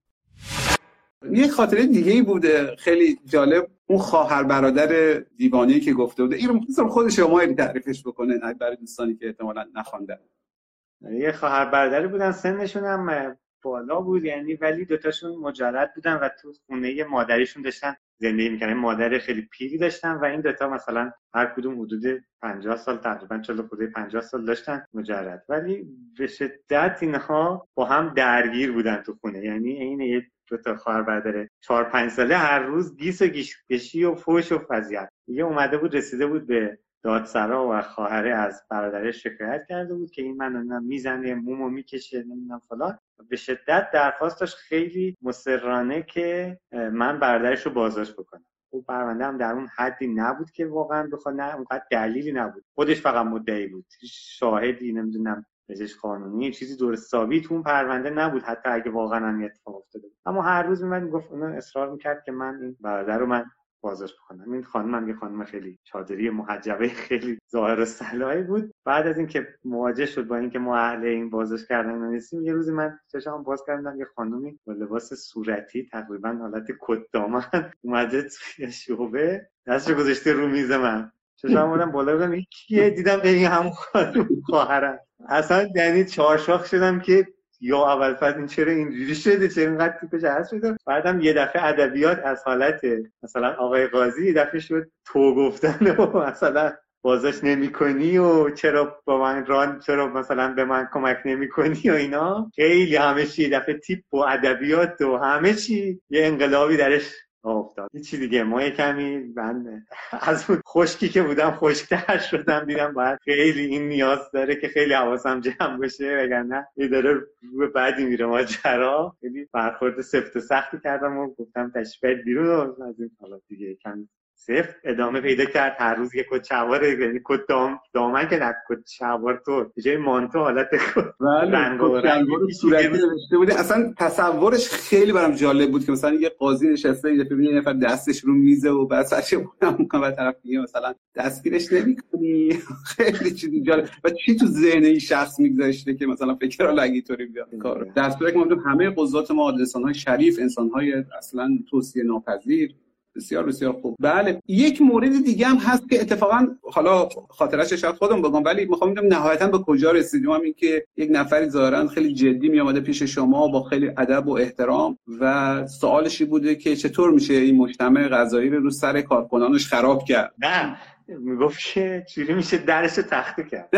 یک خاطره دیگه‌ای بوده خیلی جالب، اون خواهر برادر دیوانه‌ای که گفته بوده، اینو می‌خواستم خود شما تعریفش بکنین برای دوستانی که احتمالاً نخوندن. یه خواهر برادری بودن، سنشون هم بالا بود یعنی، ولی دوتاشون مجرد بودن و تو خونه مادریشون داشتن زندگی می‌کردن. مادر خیلی پیری داشتن و این دوتا مثلا هر کدوم حدود 50 سال تقریبا 50 سال داشتن مجرد، ولی به شدت اینها با هم درگیر بودن تو خونه. یعنی این یه دوتا خواهر برادر 4-5 ساله هر روز گیس و گیشگشی و فوش و فضیحت. یه اومده بود رسیده بود به دادسرا و خواهره از برادرش شکایت کرده بود که این منو میزنه، مومو میکشه، نمیدونم فلان. به شدت درخواست داشت خیلی مصرانه که من برادرش رو بازداشت بکنم. خب پرونده هم در اون حدی نبود که واقعا بخواد، نه اونقدر دلیلی نبود، خودش فقط مدعی بود، شاهدی نمیدونم بهش قانونی چیزی درست حسابی تو اون پرونده نبود، حتی اگه واقعا هم اتفاق افتاده بود. اما هر روز میاد میگفت، اون اصرار میکرد که من این برادر رو من بازداشت بکنم. این خانم یه خانم خیلی چادری محجبه خیلی ظاهر الصلاحی بود. بعد از اینکه مواجه شد با اینکه ما اهل این بازداشت کردن نیستیم، یه روزی من چشام باز کردم یه خانومی با لباس صورتی تقریبا حالت کت دامن اومده توی شعبه، دستش گذاشته رو میز من. چشام بودم بالا بودم این کیه، دیدم این همون خانم خواهرم. اصلا یعنی چهارشاخ شدم که یا اول فصل این چرا اینجوری شده، چرا اینقدر تیپش هست شده. بعدم یه دفعه ادبیات از حالت مثلا آقای قاضی یه دفعه شد تو گفتن و مثلا بازش نمی‌کنی و چرا با من چرا مثلا به من کمک نمی‌کنی و اینا. خیلی همه چی یه دفعه تیپ و ادبیات و همه چی یه انقلابی درش افتاد. یه چی دیگه ما یه کمی من از خشکی که بودم خشک‌تر شدم، دیدم باید خیلی این نیاز داره که خیلی حواسم جمع بشه، وگرنه یه داره رو بعدی میره ماجرا. خیلی برخورد سفت و سختی کردم و گفتم تشبیه بیرون و از این حالا دیگه کمی سفت ادامه پیدا کرد. هر روز یک کت شلوار، یعنی کت دامن که نه کت شلوار تو به جای مانتو حالت رنگ و رنگ صورتی نوشته بود. اصلا تصورش خیلی برام جالب بود که مثلا یه قاضی نشسته یه ببینی یه نفر دستش رو میزه و بعد سرش بودم میکنه و طرف میگه مثلا دستگیرش نمی‌کنی. خیلی چیز جالب و چی تو ذهن این شخص میگذاشته که مثلا فکرها لگیتوری بیاد کار. در صورتی که ما همه قضات ما انسان‌های شریف، انسان‌های اصلا توصیه ناپذیر، بسیار بسیار خوب. بله، یک مورد دیگه هم هست که اتفاقا حالا خاطرش شاید خودم بگم، ولی میخوام ببینم نهایتا به کجا رسیدیم. این که یک نفری ظاهرا خیلی جدی میامده پیش شما با خیلی ادب و احترام و سوالشی بوده که چطور میشه این مجتمع قضایی رو سر کارکنانش خراب کرد. نه میگفت که چجوری میشه درش تخته کرد.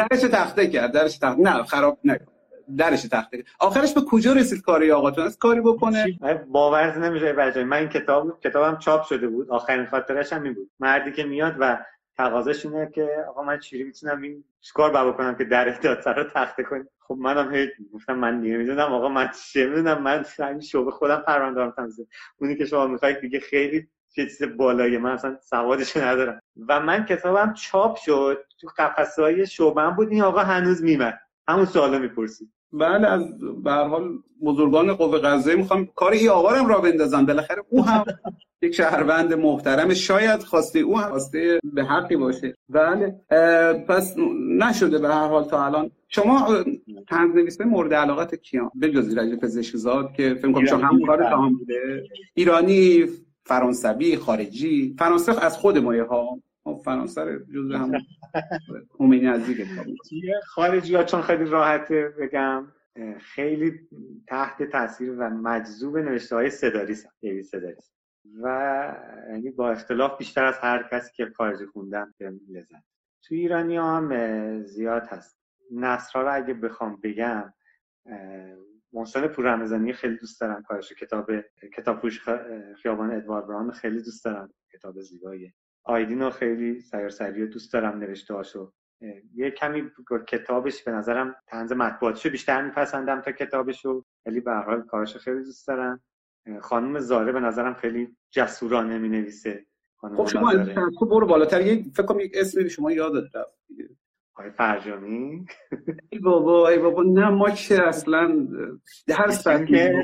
نه خراب نکن، درش تخته. آخرش به کجا رسید کاری آقاتون؟ از کاری بکنه باور نمیشه بچه‌ها. من این کتابم چاپ شده بود، آخرین خاطرش هم این بود. مردی که میاد و تقاضاش اینه که آقا من چجوری میتونم این چیکار بکنم که در دادسر رو تخته کنم. خب منم هی گفتم من نمیدونم آقا، من چه میدونم، من این شعبه خودم پرونده دارم تمام. اونی که شما میخواید دیگه خیلی چیز بالایی، من اصلا سوادش ندارم. و من کتابم چاپ شد، تو قفسه‌های شعبه‌ام بود. این آقا هنوز میمد همون سوالو میپرسید. بله، از به هر حال بزرگان قوه قضاییه میخوام کار این آقا رو بندازن. بالاخره او هم یک شهروند محترم، شاید خواسته او هم خواسته به حقی باشه. بله، پس نشده به هر حال تا الان. شما طنزنویسای مورد علاقت کیان بجز رجب پزشکزاد که فکر کنم شما هم کار تمام بوده؟ ایرانی، فرانسوی، خارجی؟ فرانسه از خود مایه ها، فرانسه رو جزء هم همینی نزدیک خارجی‌ها چون خیلی راحته بگم، خیلی تحت تاثیر و مجذوب نوشته‌های سداریس و یعنی با اختلاف بیشتر از هر کسی که خارجی خوندم به لذت. تو ایرانی‌ها هم زیاد هست. نصرها رو اگه بخوام بگم، محسن پوررمضانی خیلی دوست دارم کارشو. کتاب فروش خیابان ادوارد براون خیلی دوست دارم، کتاب زیباییه. آیدینو خیلی سیرسری دوست دارم نوشته‌هاشو. یه کمی کتابش به نظرم طنز مطبوعاتشو بیشتر میپسندم تا کتابشو، ولی به هر حال کارشو خیلی دوست دارم. خانم زاره به نظرم خیلی جسورانه مینویسه. خب شما از برو بالاتر، فکر کنم یک اسمی شما یادت رفت دیگه. آقای فرجامی. ای بابا نه، ما که اصلا هر سطحی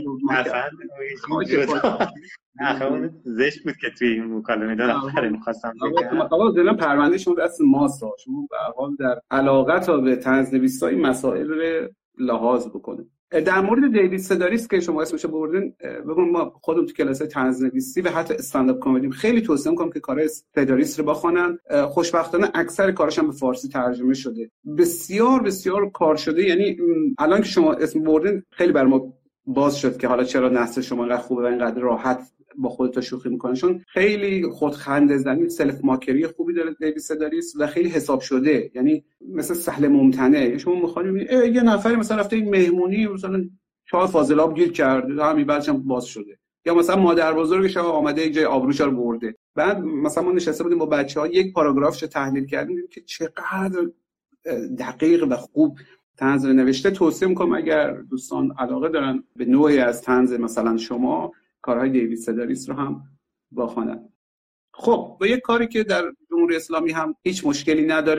اصلا زشت بود که توی این مکالمه دادم می‌خواستم بگم. آقا دلم پرونده شما دست ماست. شما به هر حال در علاقه تا به طنزنویسای مسائل رو لحاظ بکنید. در مورد دیوید سداریس که شما اسمش رو بردین، بگم ما خودم تو کلاس‌های طنزنویسی و حتی استندآپ کمدی خیلی توصیه می‌کنم که کارهای سداریس رو بخونن. خوشبختانه اکثر کارش هم به فارسی ترجمه شده. بسیار بسیار کار شده. یعنی الان که شما اسم بردین خیلی بر ما باز شد که حالا چرا نثر شما اینقدر خوبه و اینقدر راحت با خودت شوخی میکنه، چون خیلی خودخنده‌زنی، سلف ماکری خوبی داره دیوید سداریس و خیلی حساب شده. یعنی مثلا سهل ممتنع، شما می‌خواید یه نفری مثلا رفته این مهمونی مثلا شاه فاضلاب گیر کرده، همین بعدش هم باز شده، یا مثلا مادر بزرگش آمده یک جای آبروش رو برده. بعد مثلا ما نشسته بودیم با بچه‌ها یک پاراگرافش تحلیل کردیم که چقدر دقیق و خوب طنز نوشته. توصیه میکنم اگر دوستان علاقه دارن به نوعی از طنز مثلا شما، کارهای دیوید سداریس رو هم بخونن. خب با یک کاری که در جمهوری اسلامی هم هیچ مشکلی نداره،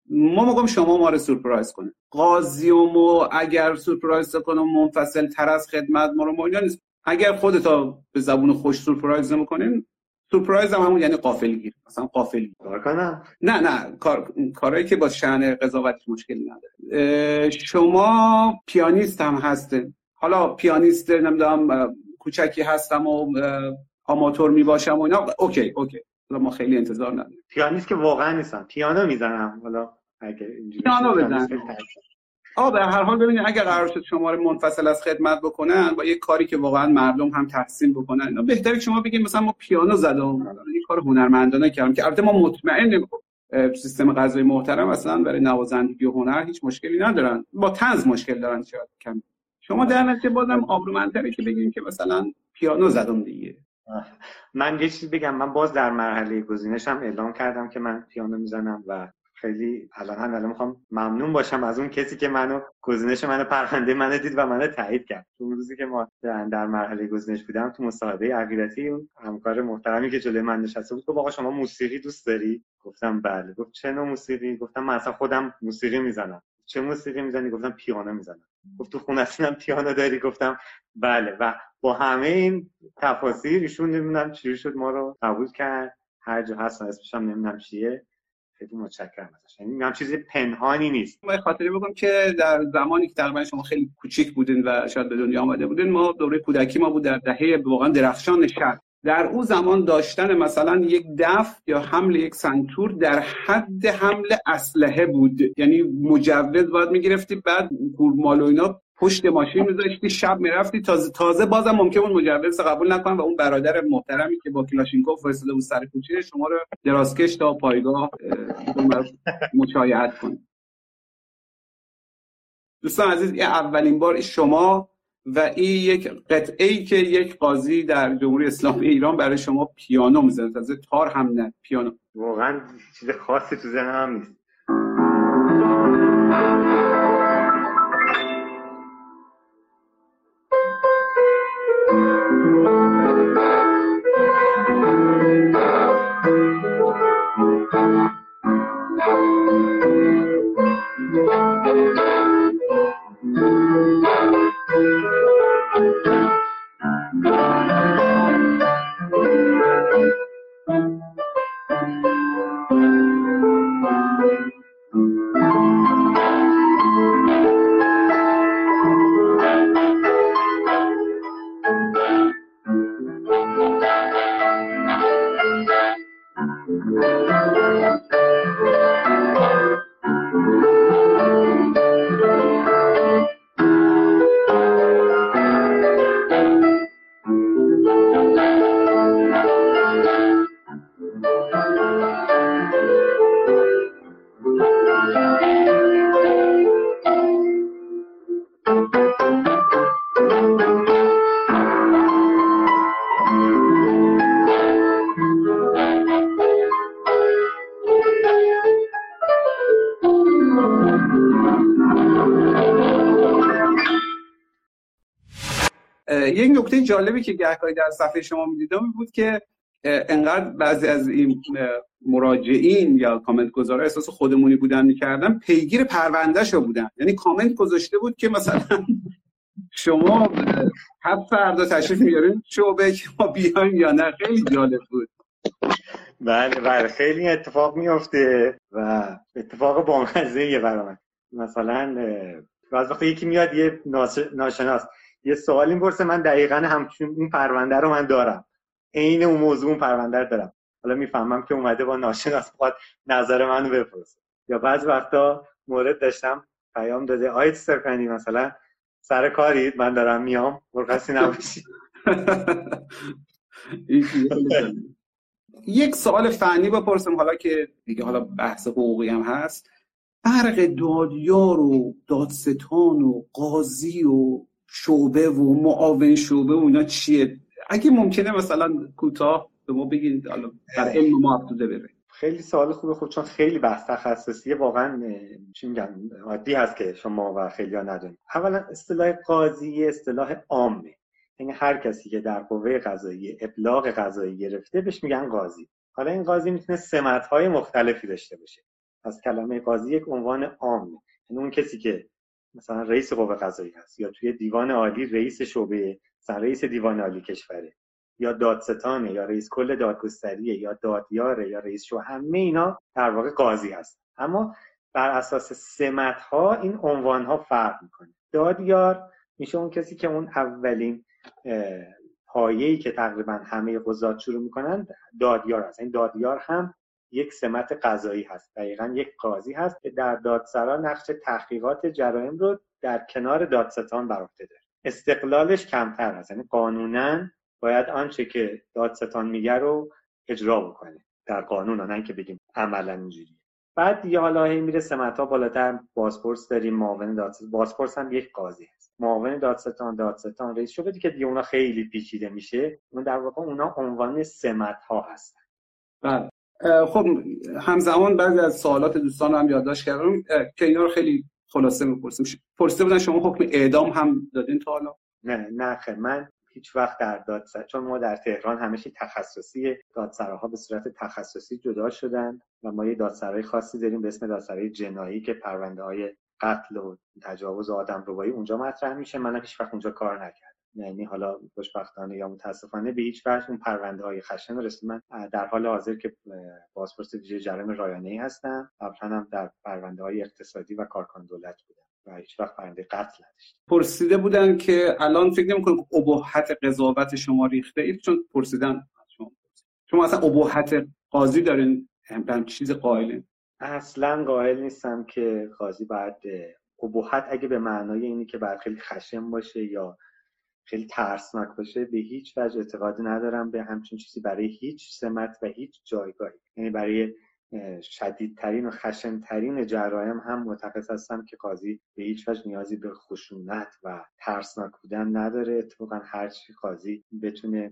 ما میگم شما ما رو سورپرایز کنید. قاضیومو اگر سورپرایز کنم منفصل تر از خدمت ما رو مالیان نیست. اگر خودتا به زبون خوش سورپرایز نمی‌کنین، سورپرایز هم همون یعنی غافلگیر، مثلا غافلی کار کنم. نه کارهایی که با شأن قضاوت مشکلی نداره. شما پیانیست هم هستین، حالا پیانیست نمیدونم کوچکی هستم و آماتور میباشم و اینا، اوکی حالا ما خیلی انتظار نداریم. پیانیست که واقعا نیستم، پیانو میزنم، حالا اگه اینجوری پیانو بزنم. به هر حال ببینید اگر قرار شد شما رو منفصل از خدمت بکنن با یه کاری که واقعا مردم هم تحسین بکنن، اینا بهتره که شما بگید مثلا ما پیانو زدم، این کار هنرمندانه کردم، که البته ما مطمئنیم سیستم قضایی محترم اصلا برای نوازندگی و هنر هیچ مشکلی ندارن، با طنز مشکل دارن شاید کم. شما در نتیجه بازم آبرومندتره که بگیم که مثلا پیانو زدم دیگه. من یه چیزی بگم، من باز در مرحله گزینشم اعلام کردم که من پیانو میزنم و خیلی الان میخوام ممنون باشم از اون کسی که گزینش منو پرونده منو دید و منو تایید کرد. اون روزی که ما در مرحله گزینش بودم تو مصاحبه عقیدتی، اون همکار محترمی که جلوی من نشسته بود گفت آقا شما موسیقی دوست داری؟ گفتم بله. گفت چه نوع موسیقی؟ گفتم من اصلا خودم موسیقی میزنم. چه موسیقی میزنی؟ گفتم پیانو میزنم. گفت تو خونه اصلا پیانو داری؟ گفتم بله. و با همه این تفاصیل ایشون نمیدونم چی شد ما رو قبول کرد، هر جا هست اسمش هم نمیدونم چیه. خیلی متشکرم ازش. یعنی هم چیزی پنهانی نیست. ما خاطری بگم که در زمانی که تقریبا شما خیلی کوچیک بودین و شاید به دنیا آمده بودین، ما دوره کودکی ما بود در دهه واقعا درخشان شرق. در اون زمان داشتن مثلا یک دف یا حمل یک سنتور در حد حمل اسلحه بود، یعنی مجوز باید میگرفتی، بعد گورمال و اینا پشت ماشین میذاشتی، شب میرفتی، تازه بازم ممکن بود مجوز قبول نکنن و اون برادر محترمی که با کلاشینکوف وایساده بود سر کوچه شما رو درازکش تا پایگاه مشایعت کنه. دوستان عزیز، این اولین بار شما و این یک قطعه‌ای که یک قاضی در جمهوری اسلامی ایران برای شما پیانو میزنه، تازه تار هم نه، پیانو. واقعا چیز خاصی تو ذهنم نیست. یک نکته جالبی که گهگاهی در صفحه شما می‌دیدم بود که انقدر بعضی از این مراجعین یا کامنت گذارا احساس خودمونی بودن می‌کردن، پیگیر پروندهشو بودن. یعنی کامنت گذاشته بود که مثلا شما فردا تشریف میارین شعبه که ما بیایم یا نه. خیلی جالب بود. بله خیلی اتفاق میفته و اتفاق بامزه‌ایه برام. مثلا بعضی وقتا یکی میاد یه ناشناس یه سوالی میپرسه، من دقیقاً همچون اون پرونده رو من دارم، عین اون موضوع اون پرونده رو دارم، حالا میفهمم که اومده با ناشناس بخواد نظر منو بپرسه. یا بعضی وقتا مورد داشتم پیام داده آیت سرکندی مثلا سر کارید من دارم میام مرخصی نباشید. یک سوال فنی بپرسم حالا که دیگه حالا بحث حقوقی هم هست. فرق دادیار و دادستان و قاضی و شعبه و معاون شعبه و اینا چیه؟ اگه ممکنه مثلا کوتاه به ما بگید، حالا در علم ما ابتدا بره. خیلی سوال خوبه خب، چون خیلی بحث تخصصیه واقعا. چی میگم، عادی هست که شما و خیلی‌ها ندونید. اولا اصطلاح قاضی اصطلاح عامه، یعنی هر کسی که در قوه قضاییه ابلاغ قضایی گرفته بهش میگن قاضی. حالا این قاضی میتونه سمت‌های مختلفی داشته باشه. از کلمه قاضی یک عنوان عامه، یعنی اون کسی که مثلا رئیس قوه قضاییه هست یا توی دیوان عالی رئیس شعبه، مثلا رئیس دیوان عالی کشوره یا دادستانه یا رئیس کل دادگستریه یا دادیاره یا رئیس شورا، همه اینا در واقع قاضی هست. اما بر اساس سمت‌ها این عنوان‌ها فرق می‌کنه. دادیار میشه اون کسی که اون اولین پایه‌ای که تقریبا همه قضات شروع می‌کنن دادیار هست. این دادیار هم یک سمت قضایی هست، دقیقاً یک قاضی هست که در دادسرا نقش تحقیقات جرایم رو در کنار دادستان بر عهده داره. استقلالش کمتر هست، یعنی قانوناً باید آنچه که دادستان میگه رو اجرا بکنه در قانون، نه اینکه بگیم عملاً اینجوریه. بعد دیگه حالا میره سمت‌ها بالاتر، بازپرس داریم، معاون دادستان، بازپرس هم یک قاضی هست، معاون دادستان، رئیس شعبه، دیگه اونا خیلی پیچیده میشه. اون در واقع اونا عنوان سمت‌ها هستن. بله. خب همزمان بعضی از سوالات دوستان رو هم یادداشت کردم که اینا رو خیلی خلاصه می‌پرسیم. پرسیده بودن شما حکم اعدام هم دادین تا حالا؟ نه خیر، من هیچ وقت در دادسرا، چون ما در تهران همیشه تخصصی، دادسراها به صورت تخصصی جدا شدن و ما یه دادسرای خاصی داریم به اسم دادسرای جنایی که پرونده‌های قتل و تجاوز آدمربایی اونجا مطرح میشه. من هیچ وقت اونجا کار نکردم، یعنی حالا خوشبختانه یا متاسفانه به هیچ وجه اون پرونده‌های خشن رسید. من در حال حاضر که بازپرس ویژه جرایم رایانه‌ای هستم، قبلا هم در پرونده‌های اقتصادی و کارکان دولت بودم و هیچ وقت پرونده قتل نداشتم. پرسیده بودن که الان فکر نمی‌کنم اباحت قضاوت شما ریخته اید، چون پرسیدن شما اصلا اباحت قاضی دارین، هم چیز قائلین؟ اصلا قائل نیستم که قاضی باید اباحت، اگه به معنای اینی که باید خیلی خشن باشه یا خیلی ترسناک باشه، به هیچ وجه اعتقادی ندارم به همچین چیزی برای هیچ سمت و هیچ جایگاهی. یعنی برای شدیدترین و خشنترین جرایم هم معتقد هستم که قاضی به هیچ وجه نیازی به خشونت و ترسناک بودن نداره. اتفاقا هرچی قاضی بتونه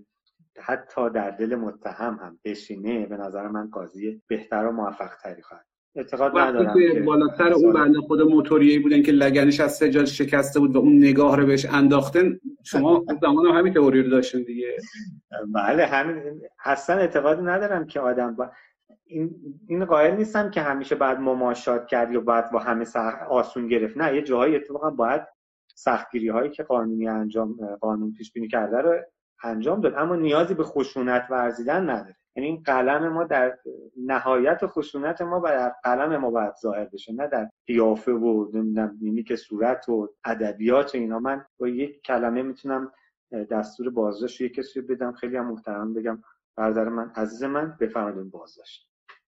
حتی در دل متهم هم بشینه، به نظر من قاضی بهتر و موفق تری خواهد. اعتقاد ندارم که بالاتر اون بنده خود موتوریه بودن که لگنش از سجاد شکسته بود و اون نگاه رو بهش انداختن، شما زمان همین تئوری رو داشتین دیگه. بله، همین. اصلا اعتقاد ندارم که آدم این قائل نیستم که همیشه باید مماشات کرد یا باید با همه آسون گرفت. نه، یه جاهایی اتفاقا باید سختگیری هایی که قانون پیش بینی کرده رو انجام داد، اما نیازی به خشونت ورزیدن نداره. یعنی این قلم ما در نهایت خشونت ما در قلم ما باید ظاهر بشه، نه در قیافه و میمیک صورت و ادبیات اینا. من با یک کلمه میتونم دستور بازداشت یک کسی بدم، خیلی هم محترم بگم برادر من، عزیز من، بفرمایید بازداشت.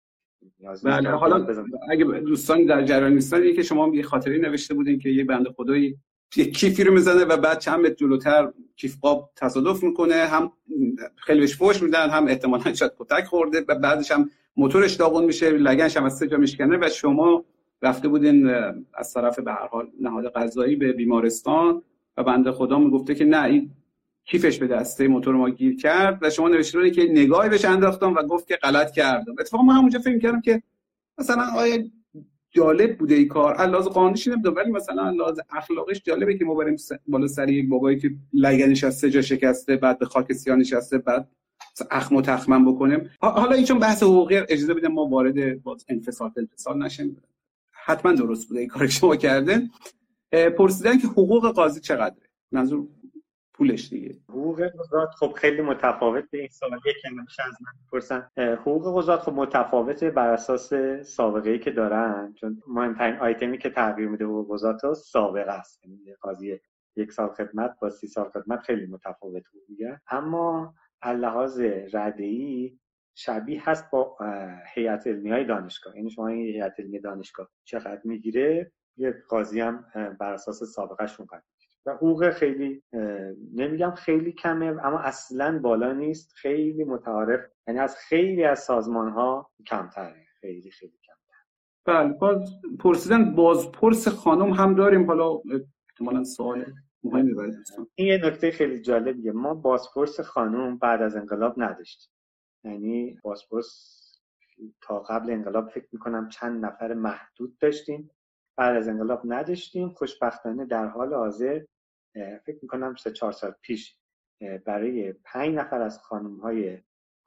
بله. حالا اگه دوستان در جریان نیستن، یکی شما یه خاطری نوشته بودین که یه بنده خدایی یه کیفی رو میزنه و بعد چند متر جلوتر کیف قاب تصادف میکنه، هم خیلی بهش فحش میدن، هم احتمالاً شاید کتک خورده و بعدش هم موتورش داغون میشه، لگنش هم از سه جا میشکنه و شما رفته بودین از طرف به هر حال نهاد قضایی به بیمارستان و بنده خدا میگفته که نه، این کیفش به دسته موتور ما گیر کرد و شما نوشته بودین که نگاهی بهش انداختم و گفت که غلط کردم. اتفاقا من همونجا فکر کردم که مثلا آیا جالب بوده این کار، علاوه قانونیش نمیدونم، ولی مثلا علاوه اخلاقش جالبه که ما بریم بالا سر یک بابایی که لگنش از سه جا شکسته، بعد به خاک سیاه نشسته، بعد اخم و تخمن بکنیم. حالا این چون بحث حقوقی، اجازه بدید ما وارد باز انفصال نشیم. حتما درست بوده این کاری که شما کردین. پرسیدن که حقوق قاضی چقدره، منظور پولش دیگه. حقوق قضات خب خیلی متفاوت به این سوالیه که نمیشه از من بپرسن. حقوق قضات خب متفاوته بر اساس سابقه‌ای که دارن، چون مهمترین آیتمی که تغییر میده حقوق قضات سابقه است. یعنی قاضی 1 سال خدمت با 30 سال خدمت خیلی متفاوت میگه، اما لحاظ رده‌ای شبیه هست با هیئت علمیه دانشگاه. یعنی شما این هیئت علمیه دانشگاه چقدر میگیره، یک قاضی هم بر اساس سابقه‌شون قضیه و حقوق خیلی نمیگم خیلی کمه، اما اصلاً بالا نیست، خیلی متعارف، یعنی از خیلی از سازمان‌ها کمتره، خیلی کمتر. بله. باز پرسیدن بازپرس خانم هم داریم، حالا احتمالاً سوال مهمی برای دوستان. این یه نکته خیلی جالبیه، ما بازپرس خانم بعد از انقلاب نداشتیم. یعنی بازپرس تا قبل انقلاب فکر می‌کنم چند نفر محدود داشتیم، بعد از انقلاب نداشتیم. خوشبختانه در حال حاضر فکر میکنم 3-4 سال پیش برای 5 نفر از خانم‌های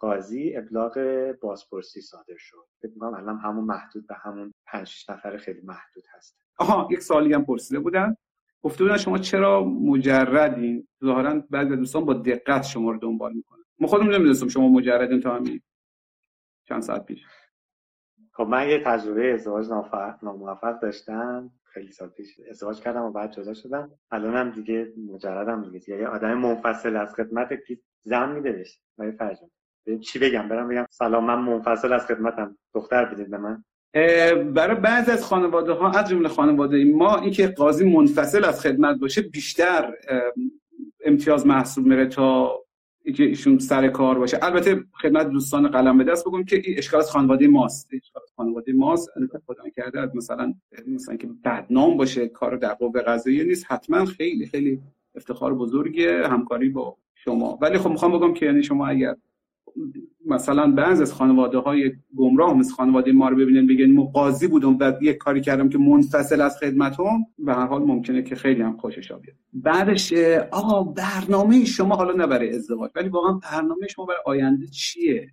قاضی ابلاغ بازپرسی صادر شد. فکر می‌کنم الان همون محدود به همون 5-6 نفر خیلی محدود هست. یک سوالی هم پرسیده بودن، گفته بودن شما چرا مجردین؟ ظاهرا بعضی دوستان با دقت شما رو دنبال میکنن. ما خودمون نمیدونستم شما مجردین تا همین چند ساعت پیش. خب من یه تجربه ازدواج ناموفق داشتم، خیلی سال پیش ازدواج کردم و بعد جدا شدم. الانم دیگه مجردم دیگه. یه آدم منفصل از خدمت زن میده بهش. ولی فرجام چی بگم؟ برم سلام من منفصل از خدمتم، دختر بدید به من. برای بعضی از خانواده ها از جمله خانواده ما اینکه قاضی منفصل از خدمت باشه بیشتر امتیاز محسوب میره تا اینکه ایشون سر کار باشه. البته خدمت دوستان قلم به دست بگم که این اشکال از خانواده ماست. خانواده ماست خدا کرده از مثلا که بدنام باشه کار در قوه قضاییه نیست. حتما خیلی خیلی افتخار بزرگه همکاری با شما. ولی خب میخوام بگم که یعنی شما اگر مثلا بعضی از خانواده‌های گمراه مثل خانواده ما رو ببینن بگن ما قاضی بودم و یک کاری کردم که منفصل از خدمتم، به هر حال ممکنه که خیلی هم خوشش بیاد. بعدش برنامه شما حالا نه برای ازدواج ولی واقعا برنامه شما برای آینده چیه؟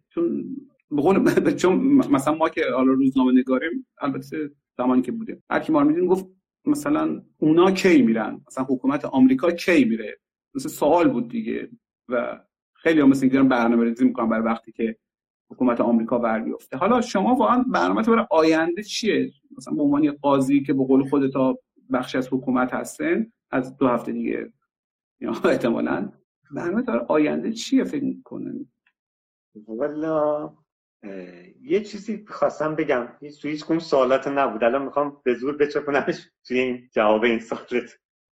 چون مثلا ما که حالا روزنامه نگاریم، البته زمانی که بودیم هر کی ما رو می‌دید گفت مثلا اونا کی میرن، مثلا حکومت آمریکا کی میره، مثلا سوال بود دیگه. و خیلی هم مثل اینکه برنامه‌ریزی می‌کنن برای وقتی که حکومت آمریکا برمیفته. حالا شما واقعا برنامه‌تون برای آینده چیه؟ مثلا به عنوان قاضی که به قول خودت بخشی از حکومت هستن از 2 هفته دیگه یا احتمالاً برنامه برای آینده چیه فکر می‌کنن؟ والا یه چیزی خواستم بگم، هیچ کدوم سوالات نبود، الان میخوام به زور بچپونمش توی این جواب این سوالت.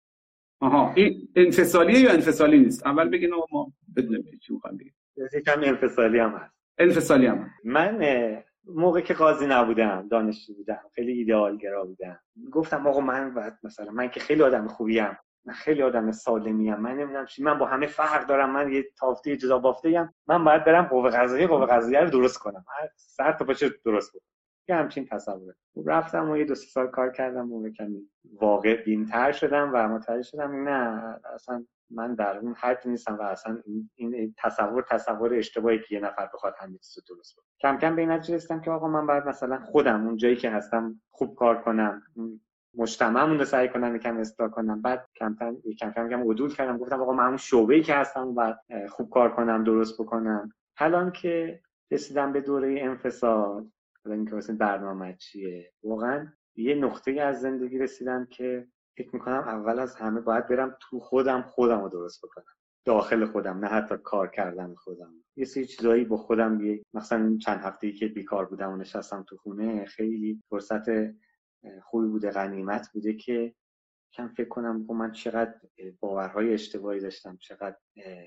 این انفصالیه یا انفصالی نیست؟ اول بگین ما بدونیم چی می‌خوام بگیم. یکم انفصالی هم هست. انفصالی هم. من موقعی که قاضی نبودم، دانشجو بودم، خیلی ایدئالگرا بودم. گفتم آقا من که خیلی آدم خوبیم، من خیلی آدم سالمیم، من نمیدونم چی، من با همه فرق دارم، من یه تافته جدا بافته‌ام، من باید برم قوه قضاییه رو درست کنم، سر تا پاش درست کنم. یه همچین تصوره. رفتم و 2-3 سال کار کردم و کمی واقع بین‌تر شدم و متوجه شدم نه اصلا من در اون حد نیستم و اصلا این تصور اشتباهی که یه نفر بخواد همین چیزو درست کنه. کم کم به این نتیجه رسیدم که آقا من باید مثلا خودم اون جایی که هستم خوب کار کنم، مجتمعمون رو سعی کنم یکم اصلاح کنم. بعد کم کم عدول کردم، گفتم آقا من اون شعبه‌ای که هستم باید خوب کار کنم، درست بکنم. الان که رسیدم به دوره انفصال، الان اینکه مثلا برنامه چیه، واقعا یه نقطه‌ای از زندگی رسیدم که فکر میکنم اول از همه باید برم تو خودم رو درست بکنم، داخل خودم، نه حتی کار کردن خودم. یه سری چیزایی با خودم مثلا چند هفته‌ای که بیکار بودم و نشستم تو خونه، خیلی فرصت خوبی بوده، غنیمت بوده که کم فکر کنم من چقدر باورهای اشتباهی داشتم، چقدر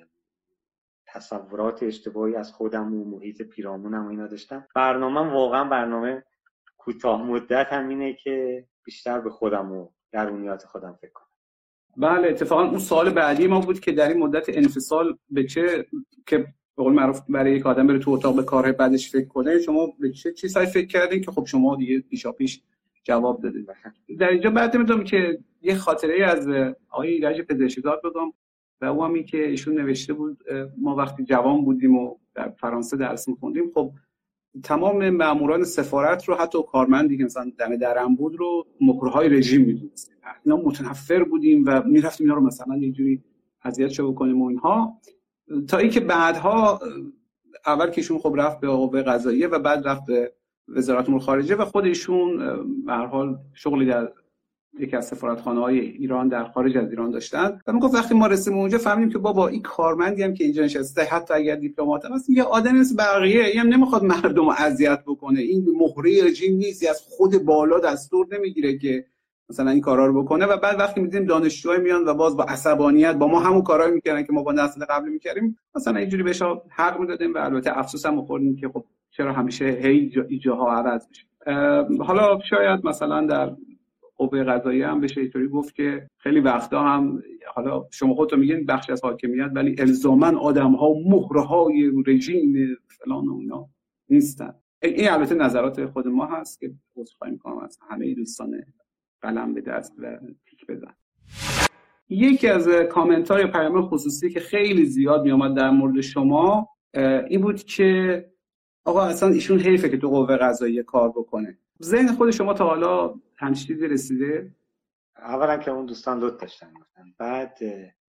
تصورات اشتباهی از خودم و محیط پیرامونم و اینا داشتم. برنامه‌ام واقعا برنامه کوتاه مدت هم اینه که بیشتر به خودم و درونیات خودم فکر کنم. بله، اتفاقا اون سوال بعدی ما بود که در این مدت انفصال به چه، که به قول معروف برای یک آدم بره تو اتاق به کارهای بعدش فکر کنه، شما به چه چیزایی فکر کردین که خب شما دیگه پیشاپیش جواب دادید. در اینجا بعد می‌دونم که یه خاطره از آقای ایرج پزشکزاد بگم و اون هم این که ایشون نوشته بود ما وقتی جوان بودیم و در فرانسه درس می‌خوندیم، خب تمام ماموران سفارت رو حتی کارمندی که مثلا دم درم بود رو مکروهای رژیم می‌دونستیم. اینا متنفر بودیم و می‌رفتیم اینا رو مثلا یه جوری اذیتشو بکنیم و اینها، تا اینکه بعدها اول که ایشون خب رفت به قوه قضاییه و بعد رفت به وزارت امور خارجه و خود ایشون به هر حال شغلی در یکی از سفارتخانه‌های ایران در خارج از ایران داشتن و میگفت وقتی ما رسیدیم اونجا فهمیدیم که بابا این کارمندی هم که اینجا نشسته حتی اگر دیپلمات هم هست یه آدمی مثل بقیه، این هم نمیخواد مردم رو اذیت بکنه، این مهره رژیم نیست، از خود بالا دستور نمیگیره که مثلا این کارا رو بکنه. و بعد وقتی می‌دیدیم دانشجوها میان و باز با عصبانیت با ما همون کارایی می‌کردن که ما با نسل قبل می‌کردیم، مثلا اینجوری بهش حق می‌دادیم و البته افسوس هم می‌خوردیم که خب چرا همیشه هی جاها عوض میشه. حالا شاید مثلا در قوه قضاییه هم بشه اینطوری گفت که خیلی وقتا هم، حالا شما خودتون میگین بخشی از حاکمیت، ولی الزاما آدم‌ها مهره‌های رژیم فلان و اینا نیستن. این البته نظرات خود ما هست که عذرخواهی می‌کنم از همه دوستان قلم به دست و تیک بزن. یکی از کامنت‌های پیام خصوصی که خیلی زیاد میامد در مورد شما این بود که آقا اصلا ایشون حیفه که تو قوه قضاییه کار بکنه. ذهن خود شما تا حالا همچین چیزی رسیده؟ اولا که اون دوستان لطف داشتن گفتن. بعد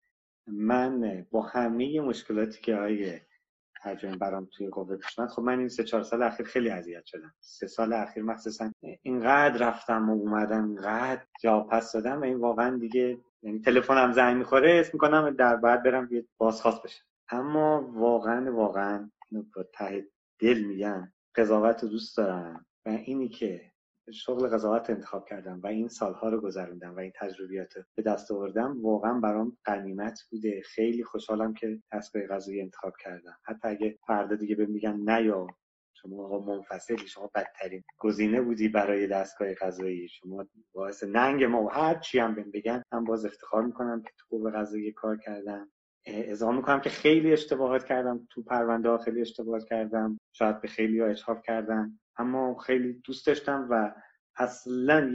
من با همه مشکلاتی که آقای ترجمه برام توی قوه پیش اومد، خب من این 3-4 سال اخیر خیلی اذیت شدم. 3 سال اخیر مخصوصا اینقدر رفتم و اومدم، اینقدر جا پس دادم و این واقعا دیگه، یعنی تلفنم زنگ میخوره اسم میکنم در بعد برم یه بازخواست بشه. اما واقعا با ته دل میگم قضاوت رو دوست دارم و اینی که شغل قضاوت انتخاب کردم و این سالها رو گذروندم و این تجربیات رو به دست آوردم، واقعا برام غنیمت بوده. خیلی خوشحالم که دستگاه قضایی انتخاب کردم. حتی اگه فردا دیگه بهم میگن نه یا شما آقا منفصلی، شما بدترین گزینه بودی برای دستگاه قضایی، شما باعث ننگ ما و هر چی هم بهم بگن، من باز افتخار میکنم که تو قوه قضایی کار کردم. اضافه میکنم که خیلی اشتباهات کردم تو پرونده ها، خیلی اشتباهات کردم، شاید به خیلی ها اتهام کردم، اما خیلی دوست داشتم و اصلا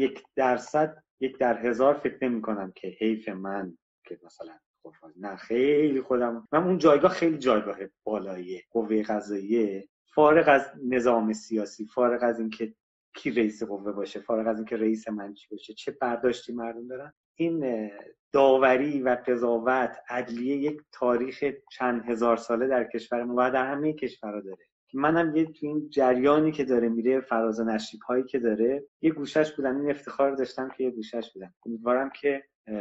1% 1/1000 فکر نمی کنم که حیف من که مثلا نه، خیلی خودم من اون جایگاه خیلی جایگاه بالاییه. قوه قضاییه فارغ از نظام سیاسی، فارغ از اینکه کی رئیس قوه باشه، فارغ از اینکه رئیس من چی باشه، چه برداشتی مردم دارن، این داوری و قضاوت، عدلیه یک تاریخ چند هزار ساله در کشورمون و در همه کشورها داره. منم یه تو این جریانی که داره میره، فراز و نشیب هایی که داره، یه گوشش بودم. این افتخار داشتم که یه گوشش بودم. امیدوارم که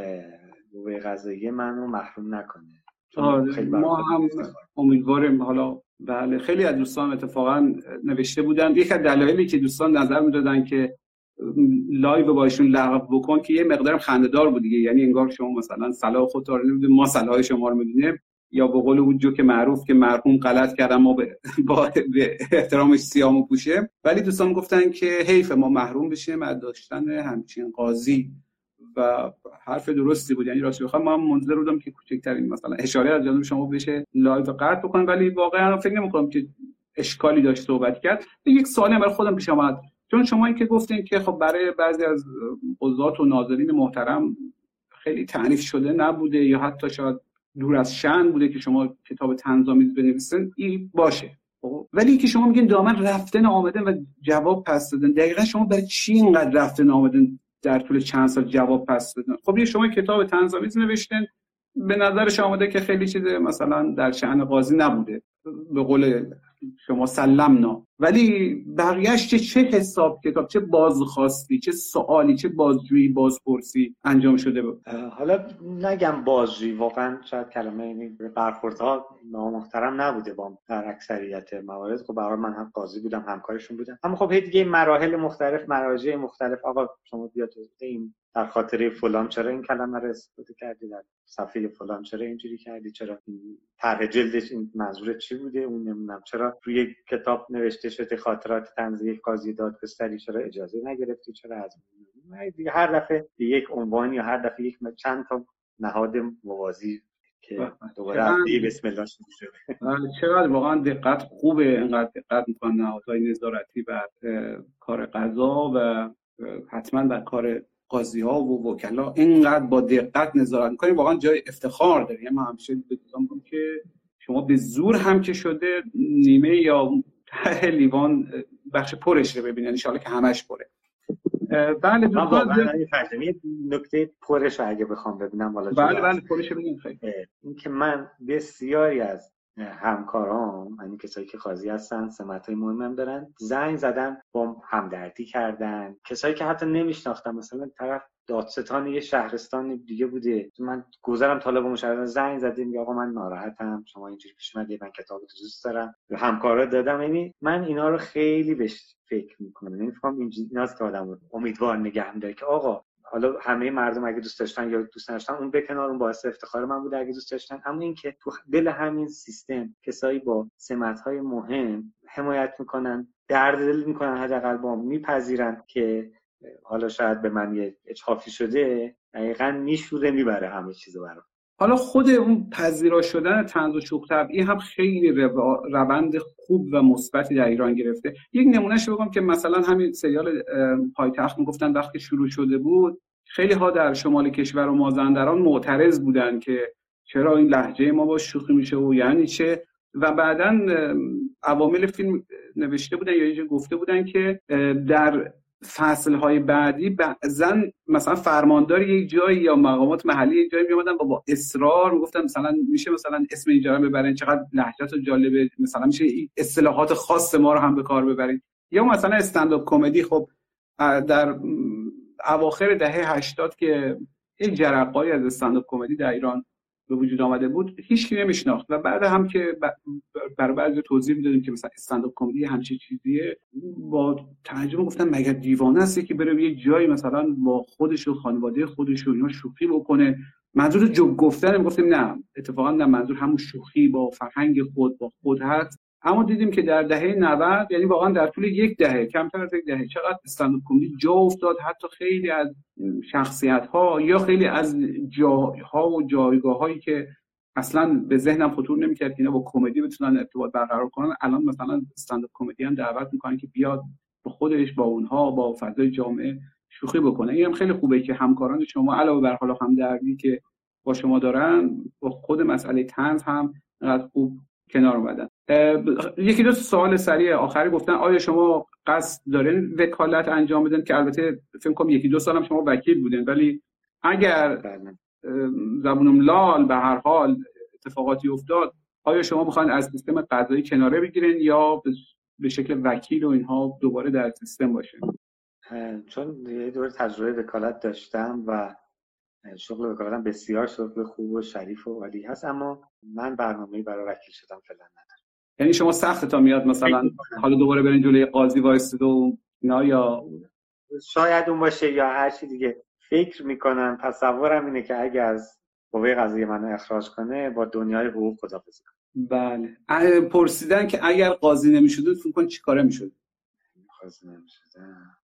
قوه قضاییه منو محروم نکنه. ما هم امیدواریم. حالا بله، خیلی از دوستان اتفاقا نوشته بودن، یک از دلایلی که دوستان نظر میدادن که لایو با ایشون لغو بکن که یه مقدارم خنده‌دار بود دیگه، یعنی انگار شما مثلا صلاح خودت رو نمیدونید، ما صلاح شما رو میدونیم، یا به قول اون جوک معروف که مرحوم غلط کردن ما با احترامش سیامو پوشه. ولی دوستان گفتن که حیف ما محروم بشیم از داشتن همچین قاضی و حرف درستی بود. یعنی راستش بخوام من منتظر بودم که کوچکترین مثلا اشاره از جانب شما بشه لایو قطع بکنم، ولی واقعا فکر نمی‌کنم که اشکالی داشت صحبت کرد. یک سوالی برای خودم پیش اومد، چون شما این که گفتین که خب برای بعضی از قضات و ناظرین محترم خیلی تعریف شده نبوده یا حتی شاید دور از شأن بوده که شما کتاب طنزآمیز بنویسین، این باشه، ولی که شما میگین دامن رفتن آمدن و جواب پس دادن، دقیقاً شما برای چی اینقدر رفتن آمدن در طول چند سال جواب پس دادن؟ خب یه شما کتاب طنزآمیز نوشتین، به نظرش آمده که خیلی چیز مثلا در شأن قاضی نبوده، به قول شما سلمنا، ولی بقیه‌اش چه حساب کتاب، چه بازخواستی، چه سوالی، چه بازجویی، بازپرسی انجام شده بود؟ حالا نگم بازجویی، واقعا شاید کلمه این برخوردها نامحترم نبوده با در اکثریت موارد. خب برای من هم قاضی بودم، همکارشون بودم، اما خب دیگه مراحل مختلف، مراجع مختلف، آقا شما بیا تو این در خاطر فلان چرا این کلمه رو استفاده کردی، در صفحه فلان چرا اینجوری کردی، چرا طرح جلدش این منظور چی بوده، اون نمیدونم چرا روی کتاب نوشته شده خاطرات طنز یک قاضی دادگستری چرا اجازه نگرفتی، چرا از دیگه هر دفعه یک عنوان یا هر دفعه یک چند تا نهاد موازی که دوباره از بسم الله شروع شده. چقدر واقعا دقت خوبه، اینقدر دقت میکنن نهادهای نظارتی بر کار قضا و حتما بر کار قاضی ها و وکلا اینقدر با دقت نظارت میکنیم، واقعا جای افتخار داره. من همیشه به دوستان میگم که شما به زور هم که شده نیمه یا ته لیوان بخش پرش رو ببینید، ان شاء الله که همش پره. بله دوستان یه نکته پرش اگه بخوام ببینم، والا بله پرش ببینیم. خیلی این که من بسیاری از همکارام، یعنی کسایی که قاضی هستن، سمت‌های مهمی هم دارن، زنگ زدن با همدردی کردن، کسایی که حتی نمیشناختم، مثلا طرف دادستان یه شهرستان دیگه بوده، من گذرم طالب مشاوره، زنگ زدم میگه آقا من ناراحتم، شما اینجوری پیش اومده، من کتابتو دوست دارم، به همکارا دادم. یعنی من اینا رو خیلی بهش فکر میکنم، یعنی فکرم ایناست که آدمو امیدوار نگه می‌داره که آقا حالا همه مردم اگه دوست داشتن یا دوست نداشتن اون به کنار، اون باعث افتخار من بوده اگه دوست داشتن، اما این که تو دل همین سیستم کسایی با سمت‌های مهم حمایت میکنن، درد دل میکنن، حداقل با میپذیرن که حالا شاید به من یه اجحافی شده، دقیقاً میشوره میبره همه چیزو برام. حالا خود اون پذیرا شدن طنز و شوخ طبعی هم خیلی روند خوب و مثبتی در ایران گرفته. یک نمونهش بگم که مثلا همین سریال پایتخت میگفتن وقتی شروع شده بود، خیلی ها در شمال کشور و مازندران معترض بودن که چرا این لهجه ما با شوخی میشه و یعنی چه و بعداً عوامل فیلم نوشته بودن یا یه جا گفته بودن که در فصل‌های بعدی بعضن مثلا فرماندار یک جایی یا مقامات محلی یک جایی میومدن با اصرار میگفتن مثلا میشه مثلا اسم اینجا رو ببرین، چقدر لهجه‌تون جالبه، مثلا میشه اصطلاحات خاص ما رو هم به کار ببرین. یا مثلا استندآپ کمدی، خب در اواخر دهه 80 که یک جرقه‌ای از استندآپ کمدی در ایران به وجود آمده بود، هیچ کی نمیشناخت و بعد هم که برای بعضی توضیح میدادیم که مثلا استندآپ کمدی همچین چیزیه، با تعجب گفتن مگر دیوانه است که بره یه جایی مثلا با خودش و خانواده خودش و اینا شوخی بکنه. منظور جوک گفتن گفتیم نه، اتفاقا نه، منظور همون شوخی با فرهنگ خود با خود هست. اما دیدیم که در دهه 90، یعنی واقعا در طول یک دهه، کمتر از یک دهه، چقدر استندآپ کمدی جا افتاد. حتی خیلی از شخصیت‌ها یا خیلی از جاها و جایگاه‌هایی که اصلا به ذهنم خطور نمی‌کرد که اینا با کمدی بتونن ارتباط برقرار کنن، الان مثلا استندآپ کمدین دعوت می‌کنن که بیاد با خودش، با اونها، با فضای جامعه شوخی بکنه. این هم خیلی خوبه که همکاران شما علاوه بر حالا همدردی که با شما دارن، با خود مسئله طنز هم انقدر خوب کنار اومدن. یکی دو سوال سریع آخری گفتن آیا شما قصد دارین وکالت انجام بدن؟ که البته فکر کنم یکی دو سال هم شما وکیل بودین، ولی اگر زبونم لال به هر حال اتفاقاتی افتاد، آیا شما میخواین از سیستم قضایی کناره بگیرین یا به شکل وکیل و اینها دوباره در سیستم باشین؟ چون یه دوره تجربه وکالت داشتم و شغل وکالتم بسیار شغل خوب و شریف و عالی هست، اما من برنامه‌ای برای وکیل شدن فعلا ندارم. یعنی شما سخت تا میاد مثلا حالا دوباره برین جلوی قاضی وایسید و اینا، یا شاید اون باشه یا هر چی دیگه. فکر میکنم، تصورم اینه که اگه از قوه قضاییه منو اخراج کنه، با دنیای حقوق خداحافظی کنه. بله. پرسیدن که اگر قاضی نمیشد فکر کن چی کاره میشد؟ قاضی نمیشد.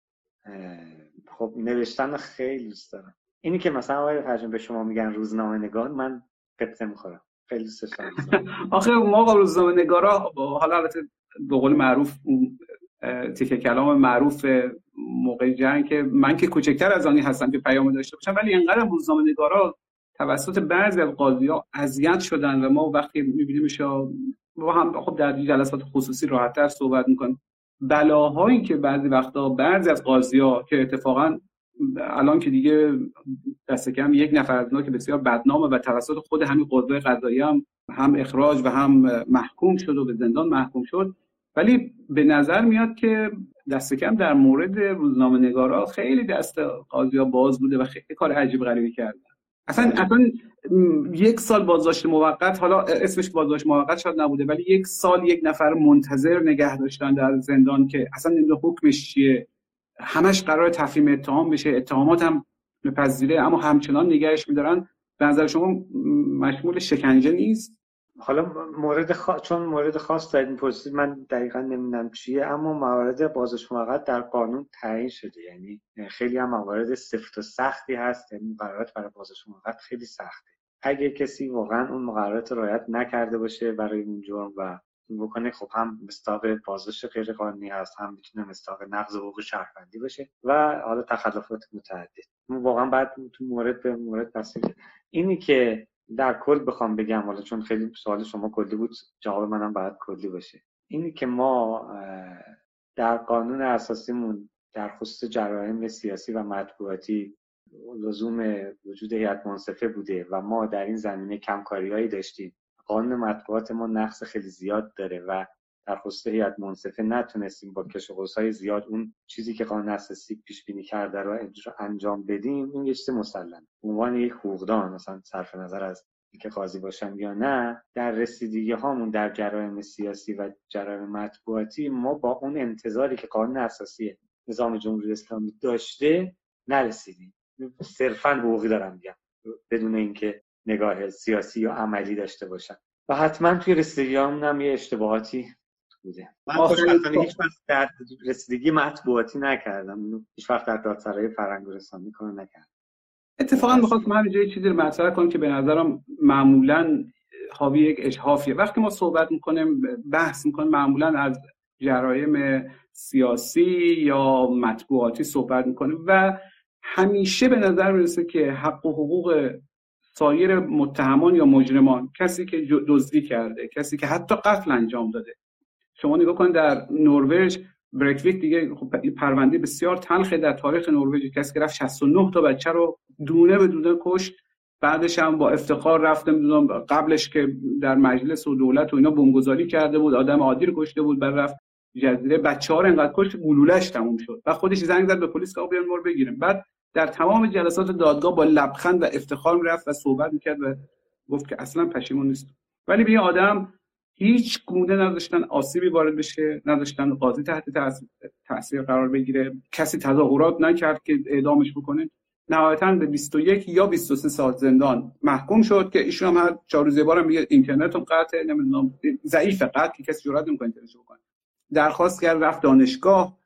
خب نوشتن خیلی دوست دارم. اینی که مثلا آقای فرجان به شما میگن روزنامه‌نگار، من قطعه میخورم، خیلی دوست دارم. آخه ما روزنامه‌نگارا، حالا البته به قول معروف تیکه کلام معروف موقع جنگ که من که کوچکتر از آنی هستم که پیام داشته باشم، ولی اینقدر روزنامه‌نگارا توسط بعضی از قاضی‌ها اذیت شدن و ما وقتی می‌بینیمش با هم خب در جلسات خصوصی راحت‌تر صحبت می‌کنیم. بلاهایی که بعضی وقتا بعضی از قاضی‌ها که اتفاقاً الان که دیگه دست کم یک نفر از اینا که بسیار بدنامه و توسط خود همین قوه قضاییه هم اخراج و هم محکوم شد و به زندان محکوم شد، ولی به نظر میاد که دست کم در مورد روزنامه‌نگارا خیلی دست قاضی‌ها باز بوده و خیلی کار عجیب غریبی کردن. اصلا یک سال بازداشت موقت، حالا اسمش بازداشت موقت شاید نبوده، ولی یک سال یک نفر منتظر نگه داشتن در زندان که اصلا نمیدونه حکمش چیه، همش قرار تفهیم اتهام بشه، اتهامات هم بپذیره، اما همچنان نگهش می‌دارن. به نظر شما مشمول شکنجه نیست؟ حالا چون مورد خاص دارید می‌پرسید، من دقیقاً نمی‌دونم چیه، اما موارد بازداشت موقت در قانون تعیین شده. یعنی خیلی هم موارد سفت و سختی هست، یعنی مقررات برای بازداشت موقت خیلی سخته. اگه کسی واقعاً اون مقررات رو رعایت نکرده باشه برای اون جرم و بکنه، خب هم مستاق بازداشت غیر قانونی هست، هم میتونه مستاق نقض حقوق شهروندی باشه و حالا تخلفات متعدد. واقعا بعد تو مورد به مورد بسیار. اینی که در کل بخوام بگم، حالا چون خیلی سوال شما کلی بود، جواب منم باید کلی باشه. اینی که ما در قانون اساسیمون در خصوص جرایم سیاسی و مطبوعاتی لزوم وجود هیئت منصفه بوده و ما در این زمینه کمکاری‌هایی داشتیم. قانون مطبوعات ما نقص خیلی زیاد داره و در خصوص هیئت منصفه نتونستیم با کش و قوس‌های زیاد اون چیزی که قانون اساسی پیش بینی کرده رو انجام بدیم. این یه چیز مسلمه. به عنوان یک حقوقدان، مثلا صرف نظر از اینکه قاضی باشم یا نه، در رسیدگی هامون در جرایم سیاسی و جرایم مطبوعاتی ما با اون انتظاری که قانون اساسی نظام جمهوری اسلامی داشته نرسیدیم. صرفاً حقوقی دارم میگم، بدون اینکه نگاه سیاسی یا عملی داشته باشن و حتما توی رسیدگی‌هامون هم یه اشتباهاتی بوده. من خوشبختانه هیچ وقت در رسیدگی مطبوعاتی نکردم، هیچ وقت در دادسرای فرهنگ و رسانه‌ای کار نکردم. اتفاقا می‌خواستم همینجا یه چیزی رو مطرح کنم که به نظرم معمولاً حاوی یک اشحافیه. وقتی ما صحبت می‌کنیم، بحث می‌کنیم، معمولاً از جرایم سیاسی یا مطبوعاتی صحبت می‌کنیم و همیشه به نظر میرسه که حق و حقوق سایر متهمان یا مجرمان، کسی که دزدی کرده، کسی که حتی قتل انجام داده. شما نگاه کن در نروژ بریکویک دیگه خب پرونده بسیار تلخه در تاریخ نروژ، کسی که رفت 69 تا بچه رو دونه به دونه کشت، بعدش هم با افتخار رفت، نمیدونم قبلش که در مجلس و دولت و اینا بمبگذاری کرده بود، آدم عادی رو کشته بود، بعد رفت جزیره بچه‌ها رو انقدر کشت گلوله‌اش تموم شد و خودش زنگ زد به پلیس که آقا بیان ما رو بگیرن. بعد در تمام جلسات دادگاه با لبخند و افتخار میرفت و صحبت میکرد و گفت که اصلا پشیمون نیست. ولی به این آدم هیچ گونه نذاشتن آسیبی وارد بشه، نذاشتن قاضی تحت تاثیر قرار بگیره، کسی تظاهرات نکرد که اعدامش بکنه. نهایتاً به 21 یا 23 سال زندان محکوم شد که ایشون هم هر 4 روزه بارم میگه اینترنتم قطعه، نمیدونم ضعیف قطع که کسی جرئت نمیکنه اینترنتشو بکنه. درخواست کرد، رفت دانشگاه،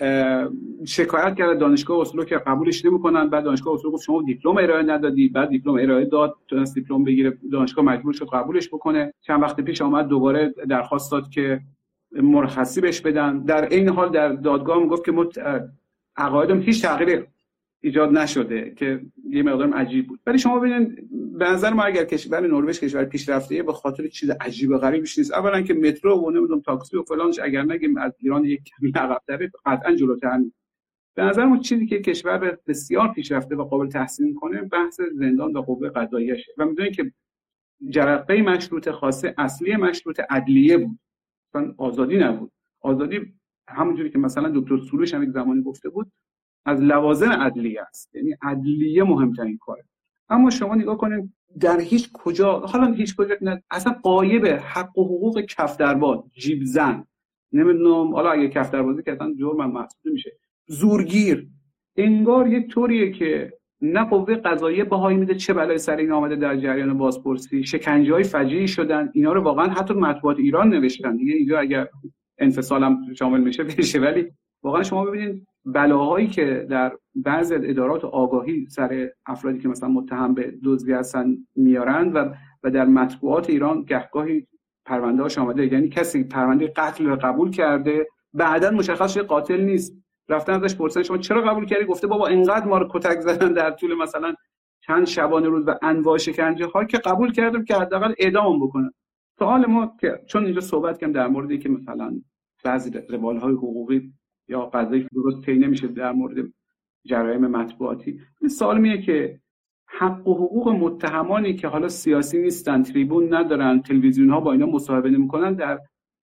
شکایت کرد دانشگاه اسلو که قبولش نمیکنن. بعد دانشگاه اسلو گفت شما دیپلم ارائه ندادی، بعد دیپلم ارائه داد، تونست دیپلم بگیره، دانشگاه مجبور شد قبولش بکنه. چند وقت پیش اومد دوباره درخواست داد که مرخصی بهش بدن. در این حال در دادگاه گفت که عقایدم هیچ تغییری ایجاد نشده که یه مقدارم عجیب بود. ولی شما ببینید به نظر ما اگر کشور نروژ کشور پیشرفته‌ایه به خاطر چیز عجیب و غریبش نیست. اولا که مترو و نمیدونم تاکسی و فلانش اگر نگیم از ایران یک کمی عقب‌تره، قطعا جلوتر نیست. به نظر ما چیزی که کشور بسیار پیشرفته و قابل تحسین کنه بحث زندان و قوه قضاییشه. و می‌دونید که جرقه مشروطه خاصه اصلی مشروطه عدلیه بود، مثلا آزادی نبود. آزادی همونجوری که مثلا دکتر سروش هم یک زمانی گفته بود از لوازم عدلیه است، یعنی عدلیه مهمترین کاره. اما شما نگاه کنید در هیچ کجا، حالا هیچ کجا اصلا غایب حق و حقوق کف درباز، جیب زن، نمیدونم حالا اگه کف دربازی که اصلا جرم محسوب میشه، زورگیر، انگار یک طوریه که نه قوه قضاییه بهایی میده چه بلای سر این آمده در جریان بازپرسی، شکنجه‌های فجیعی شدن. اینا رو واقعا حتی مطبوعات ایران نوشتن دیگه، اینجا اگر انفصالم شامل میشه بشه. ولی واقعا شما ببینید بلاهایی که در بعضی از ادارات آگاهی سر افرادی که مثلا متهم به دزدی هستن میارن و در مطبوعات ایران گهگاهی پرونده هاش آمده، یعنی کسی پرونده قتل رو قبول کرده بعداً مشخص شده قاتل نیست، رفتن ازش پرسیدن شما چرا قبول کردی، گفته بابا اینقدر ما رو کتک زدن در طول مثلا چند شبانه روز و انواع شکنجه ها که قبول کردم که حداقل اعدام بکنن. سوال ما که چون اینجا صحبت کردم در موردی که مثلا بعضی روالهای حقوقی یا قضایی که درست طی نمیشه در مورد جرایم مطبوعاتی، این سوال میه که حق و حقوق متهمانی که حالا سیاسی نیستن، تریبون ندارن، تلویزیون ها با اینا مصاحبه نمیکنن، در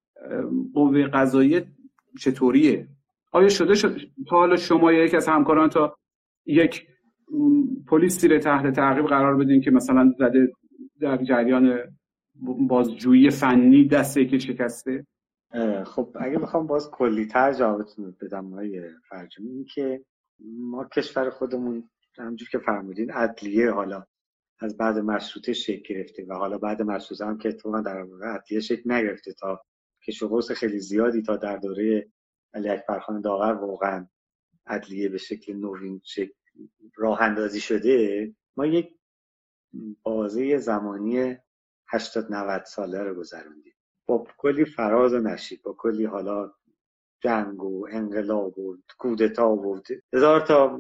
قوه قضاییه چطوریه؟ آیا شده حالا شما یکی از همکاران تا یک پلیسی رو تحت تعقیب قرار بدین که مثلا زده در جریان بازجویی فنی دسته که شکسته؟ خب اگه بخوام باز کلی‌تر جوابتون بدم آقای فرجامی، این که ما کشور خودمون همونجور که فرمودین عدلیه حالا از بعد مشروطه شکل گرفته و حالا بعد مشروطه هم که اتفاقا در واقع عدلیه شکل نگرفته تا کش و قوس خیلی زیادی تا در دوره علی اکبرخان داور واقعا عدلیه به شکل نوین راه اندازی شده. ما یک بازه زمانی 80-90 ساله رو گذروندیم با کلی فراز و نشیب، با کلی حالا جنگ و انقلاب و کودتا و هزار تا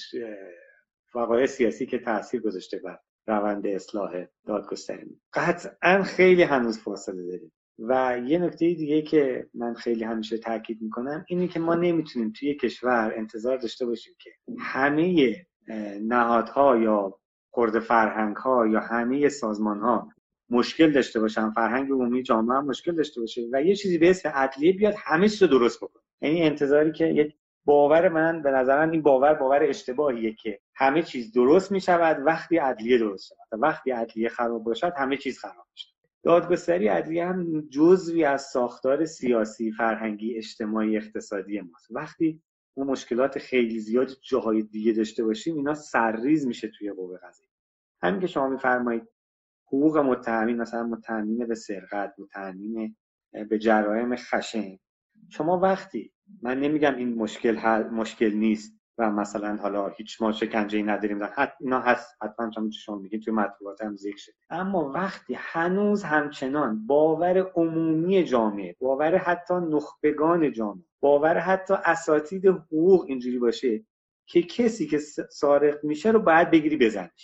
وقایع سیاسی که تأثیر گذاشته بر روند اصلاح دادگستری. قطعا خیلی هنوز فاصله داریم. و یه نکته دیگه که من خیلی همیشه تاکید میکنم اینه که ما نمیتونیم توی کشور انتظار داشته باشیم که همه نهادها یا خرد فرهنگ‌ها یا همه سازمان‌ها مشکل داشته باشن، فرهنگ عمومی جامعه هم مشکل داشته باشه و یه چیزی به اسم عدلیه بیاد همه چیز رو درست بکنه. یعنی انتظاری که یک باور، من به نظرم این باور اشتباهیه که همه چیز درست میشود وقتی عدلیه درست شود و وقتی عدلیه خراب باشد همه چیز خراب میشه. دادگستری عدلیه هم جزوی از ساختار سیاسی، فرهنگی، اجتماعی، اقتصادی ماست. وقتی ما مشکلات خیلی زیاد جاهای دیگه داشته باشیم اینا سرریز میشه توی قوه قضاییه. همین که شما میفرمایید حقوق متهمین، مثلا متهمین به سرقت، متهمین به جرایم خشن، شما وقتی، من نمیگم این مشکل نیست و مثلا حالا هیچ ما شکنجه‌ای نداریم، اینا هست حتما شما میگید توی مطبوعات هم ذکر شده، اما وقتی هنوز همچنان باور عمومی جامعه، باور حتی نخبگان جامعه، باور حتی اساتید حقوق اینجوری باشه که کسی که سارق میشه رو باید بگیری بزنیش،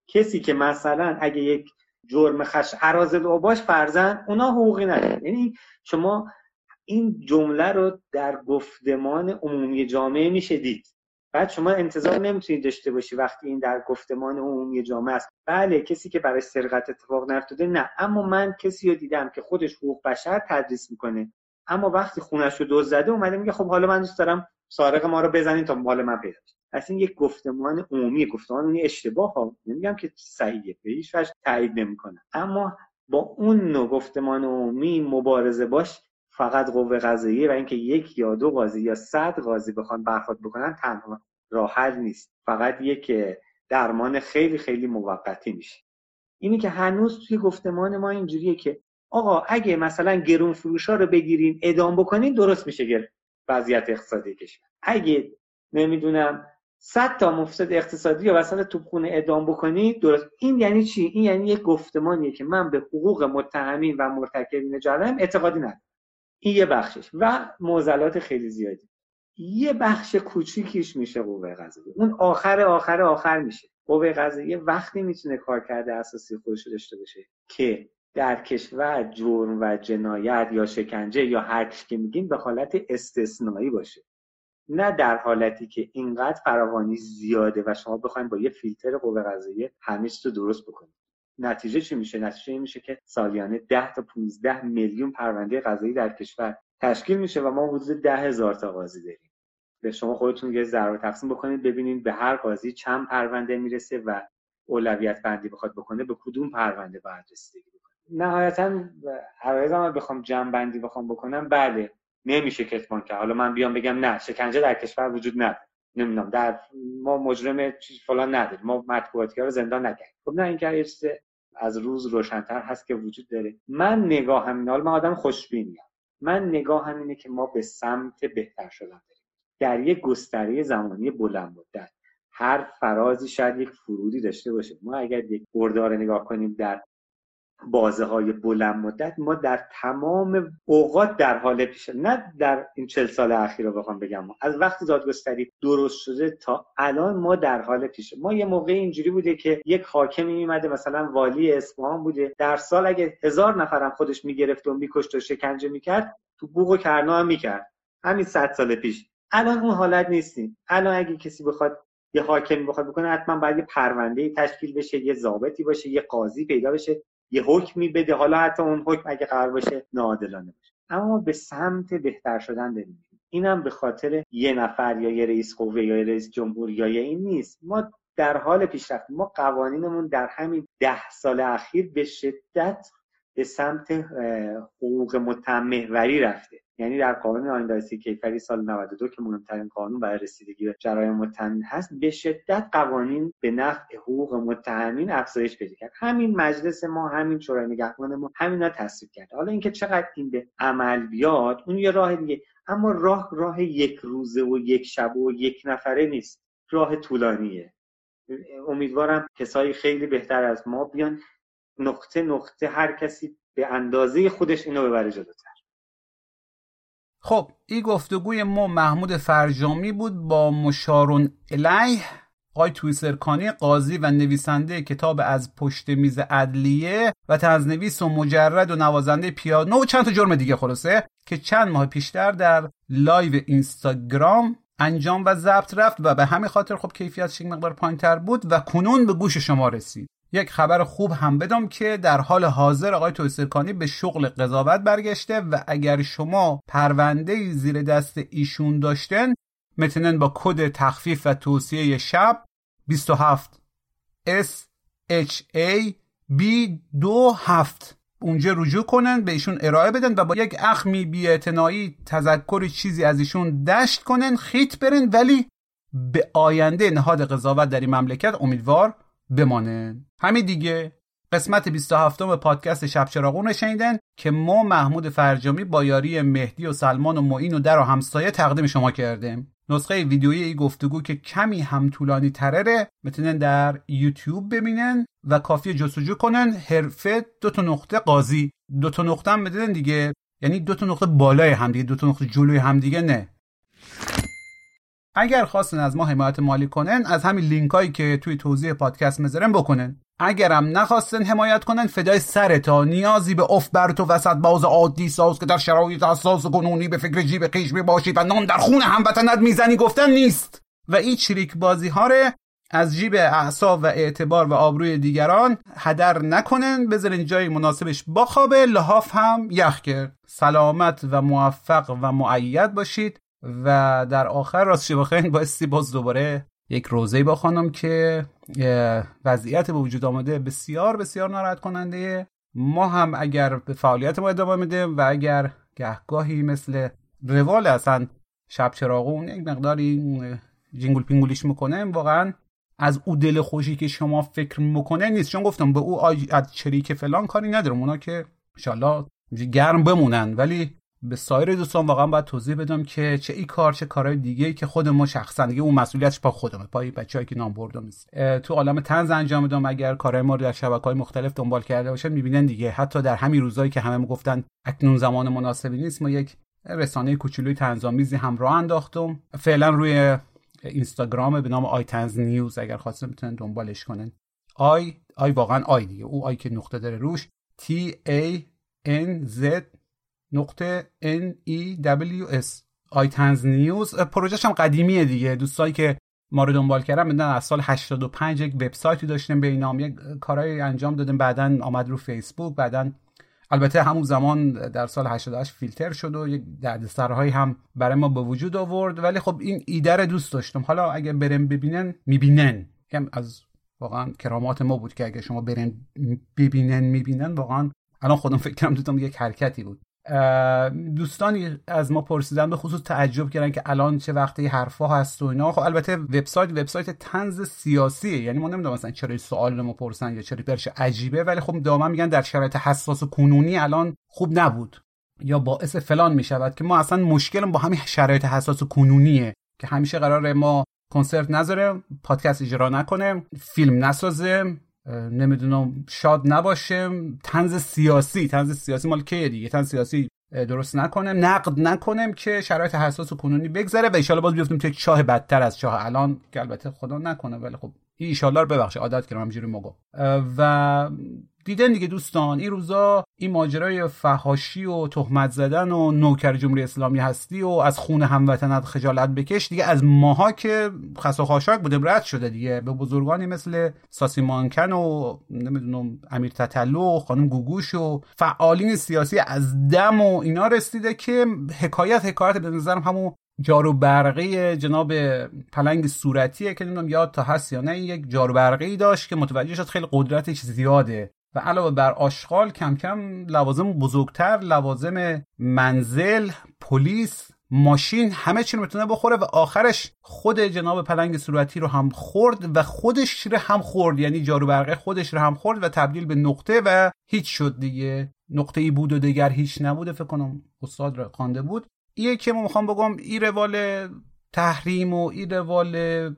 کسی که مثلا اگه یک جرم اراذل اوباش فرضاً اونا حقوقی ندارن. یعنی شما این جمله رو در گفتمان عمومی جامعه میشه دید. بعد شما انتظار نمیتونید داشته باشی وقتی این در گفتمان عمومی جامعه است بله کسی که برای سرقت اتفاق نیفتاده نه، اما من کسی رو دیدم که خودش حقوق بشر تدریس میکنه اما وقتی خونش رو دزدیده اومده میگه خب حالا من دوست دارم سارق ما رو بزنین تا مال من پیدا شه. اصلا یک گفتمان عمومی، گفتمان اون اشتباه ها، نمیگم که صحیحه، به هیچ وجه تایید نمیکنم، اما با اون نوع گفتمان عمومی مبارزه باش فقط قوه قضاییه و اینکه یک یا دو قاضی یا 100 قاضی بخوان برخورد بکنن تنها راه حل نیست، فقط یک درمان خیلی خیلی موقتی میشه. اینی که هنوز توی گفتمان ما اینجوریه که آقا اگه مثلا گرون فروشا رو بگیرین اعدام بکنین درست میشه وضعیت اقتصادی کشور. اگه نمیدونم 100 تا مفسد اقتصادی یا وسط توپخونه اعدام بکنید درست. این یعنی چی؟ این یعنی یک گفتمانیه که من به حقوق متهمین و مرتکبین جرائم اعتقادی ندارم. این یه بخشش و معضلات خیلی زیادی. یه بخش کوچیکیش میشه قوه قضاییه. اون آخر میشه. قوه قضاییه وقتی میتونه کارکرد اساسی خودش رو داشته باشه که در کشور جرم و جنایت یا شکنجه یا هر چی که میگیم به حالت استثنایی باشه، نه در حالتی که اینقدر فراوانی زیاده و شما بخواید با یه فیلتر قوه قضاییه همه چیز رو درست بکنید. نتیجه چی میشه؟ نتیجه این میشه که سالیانه 10 تا 15 میلیون پرونده قضایی در کشور تشکیل میشه و ما حدود 10,000 تا قاضی داریم. به شما خودتون یه ضرب تقسیم بکنید ببینید به هر قاضی چند پرونده میرسه و اولویت بندی بخواد بکنه به کدوم پرونده باید رسیدگی بکنه. نهایتاً عرایزم بخوام جمع بندی بکنم بله نمیشه کتمان کرد. حالا من بیام بگم نه شکنجه در کشور وجود نداره، نمیدونم در ما مجرم چیز فلان نداره، ما مطبوعاتی‌ها رو زندان نکردیم. خب نه، این که از روز روشن‌تر هست که وجود داره. من نگاهم اینه، حالا من آدم خوشبینیم، من نگاهم اینه که ما به سمت بهتر شدن داریم در یک گستره زمانی بلند مدت. هر فرازی شاید یک فرودی داشته باشه. ما اگر یک بردار نگاه کنیم در بازه‌های بلند مدت، ما در تمام اوقات در حال پیش، نه در این 40 سال اخیر رو بخوام بگم، از وقتی دادگستری درست شده تا الان ما در حال پیش. ما یه موقع اینجوری بوده که یک حاکمی میمده مثلا والی اصفهان بوده، در سال اگه 1000 نفرم خودش میگرفت و میکشت و شکنجه میکرد تو بوق و کرنا هم میکرد، همین 100 سال پیش. الان اون حالت نیستیم. الان اگه کسی بخواد یه حاکمی بخواد بکنه حتما باید یه پرونده‌ای تشکیل بشه، یه ضابطی باشه، یه قاضی پیدا بشه، یه حکمی بده، حالا حتی اون حکم اگه قرار باشه ناعادلانه باشه. اما ما به سمت بهتر شدن داریم. اینم به خاطر یه نفر یا یه رئیس قوه یا یه رئیس جمهور یا این نیست. ما در حال پیشرفت. ما قوانینمون در همین 10 سال اخیر به شدت به سمت حقوق متهم‌محوری رفته. یعنی در قانون آیین دادرسی کیفری سال 92 که مهمترین قانون برای رسیدگی به جرایم متهمین هست، به شدت قوانین به نفع حقوق متهمین افزایش پیدا کرد. همین مجلس ما، همین شورای نگهبان ما همینا تصویب کرد. حالا اینکه چقدر این به عمل بیاد اون یه راه دیگه، اما راه یک روزه و یک شب و یک نفره نیست، راه طولانیه. امیدوارم کسایی خیلی بهتر از ما بیان نقطه هر کسی به اندازه خودش اینو ببره جلوتر. خب این گفتگوی ما محمود فرجامی بود با مشارون الیه آقای تویسرکانی، قاضی و نویسنده کتاب از پشت میز عدلیه و تزنویس و مجرد و نوازنده پیانو و چند تا جرم دیگه، خلاصه که چند ماه پیشتر در لایو اینستاگرام انجام و ضبط رفت و به همین خاطر خب کیفیتش یک مقدار پایین‌تر بود و کنون به گوش شما رسید. یک خبر خوب هم بدم که در حال حاضر آقای تویسرکانی به شغل قضاوت برگشته و اگر شما پرونده‌ای زیر دست ایشون داشتن میتونن با کد تخفیف و توصیه شب 27 SHAB27 اونجا رجوع کنن، به ایشون ارائه بدن و با یک اخمی بی‌اعتنایی تذکری چیزی از ایشون دشت کنن، خیت برن، ولی به آینده نهاد قضاوت در این مملکت امیدوار بمانه. همین دیگه. قسمت 27 پادکست شب چراغون رو شنیدن که ما محمود فرجامی با یاری مهدی و سلمان و معین و در و همسایه تقدیم شما کردیم. نسخه ویدیویی این گفتگو که کمی هم طولانی تره میتونن در یوتیوب ببینن و کافیه جستجو کنن حرفه 2 نقطه قاضی. 2 نقطه هم بدن دیگه، یعنی 2 نقطه بالای هم دیگه، 2 نقطه جلوی هم دیگه نه. اگر خواستن از ما حمایت مالی کنن از همین لینکایی که توی توضیح پادکست میذارم بکنن. اگرم نخواستن حمایت کنن فدای سرتا، نیازی به اف بر تو وسط باز عادی ساز که در شرایط حساس و کنونی به فکر جیب خویش باشی و نان در خون هموطنت میزنی گفتن نیست و این چریک بازی ها رو از جیب اعصاب و اعتبار و آبروی دیگران هدر نکنن، بذارین جای مناسبش بخوابه، لحاف هم یخ کرد. سلامت و موفق و مؤید باشید. و در آخر راستش بخواین بایستی باز دوباره یک روزه‌ای بخوانم که وضعیت به وجود آمده بسیار بسیار ناراحت کننده. ما هم اگر به فعالیت ما ادامه میدیم و اگر گهگاهی مثل روال اصلا شب چراغون یک مقداری جینگل پینگولیش میکنیم، واقعا از او دل خوشی که شما فکر میکنه نیست، چون گفتم به او از چریک فلان کاری ندارم، اونا که انشالله گرم بمونن، ولی به سایر دوستان واقعا باید توضیح بدم که چه ای کار چه کارهای دیگه که خود ما شخصا دیگه اون مسئولیتش با خودمه، پای بچه‌ای که نام بردم نیست. تو عالم طنز انجام میدم. اگر کارهای ما رو در شبکه‌های مختلف دنبال کرده باشن میبینن دیگه، حتی در همین روزایی که همه میگفتن اکنون زمان مناسبی نیست، ما یک رسانه کوچولوی طنزآمیزی هم راه انداختم. فعلا روی اینستاگرام به نام آی طنز نیوز، اگر خواستن میتونن دنبالش کنن. آی واقعا آی دیگه، او آی که نقطه داره روش، TANZ.NEWS آی طنز نیوز. پروژه‌ش هم قدیمیه دیگه. دوستایی که ما رو دنبال کردن میدونن از سال 85 یک وبسایتی داشتیم به این نام، یک کارهای انجام دادیم، بعدن آمد رو فیسبوک، بعدن البته همون زمان در سال 88 فیلتر شد و یک دردسرهایی هم برای ما به وجود آورد، ولی خب این ایده رو دوست داشتم. حالا اگه برن ببینن میبینن، یکم از واقعا کرامات ما بود که اگه شما برن میبینن واقعا الان خودم فکر کردم دیدم یک حرکتی بود. دوستانی از ما پرسیدن، به خصوص تعجب کردن که الان چه وقتی حرفا هست و اینا. خب البته وبسایت طنز سیاسیه، یعنی ما نمیدونم مثلا چرا سوال ما پرسن یا چرا برش عجیبه، ولی خب دائما میگن در شرایط حساس و کنونی الان خوب نبود یا باعث فلان میشود، که ما اصلا مشکلم با همین شرایط حساس و کنونیه که همیشه قراره ما کنسرت نذاریم، پادکست اجرا نکنیم، فیلم نسازیم، نمیدونم شاد نباشیم، طنز سیاسی مال کیه دیگه، طنز سیاسی درست نکنیم، نقد نکنیم که شرایط حساس و کنونی بگذره و ان شاءالله باز بیفتیم توی چاه بدتر از چاه الان، که البته خدا نکنه، ولی خب ان شاءالله رو ببخشه، عادت کردم همینجوری موقع. و دیدن دیگه دوستان، این روزا این ماجرای فحاشی و تهمت زدن و نوکر جمهوری اسلامی هستی و از خون هموطنت خجالت بکش دیگه از ماها که خس و خاشاک بوده رد شده دیگه. به بزرگانی مثل ساسی مانکن و نمیدونم امیر تتلو و خانم گوگوش و فعالین سیاسی از دم و اینا رسیده که حکایت به نظرم همون جارو برقی جناب پلنگ صورتیه که نمیدونم یاد تا هست یا نه، این یک جارو برقی داشت که متوجه شد خیلی قدرتش زیاده و علاوه بر آشغال کم کم لوازم بزرگتر، لوازم منزل، پلیس، ماشین، همه چی رو میتونه بخوره و آخرش خود جناب پلنگ صورتی رو هم خورد و خودش رو هم خورد، یعنی جارو برقی خودش رو هم خورد و تبدیل به نقطه و هیچ شد دیگه. نقطه ای بود و دیگر هیچ نبوده، فکر کنم استاد رو خوانده بود. اینه که ما میخوام بگم این روال تحریم و این روال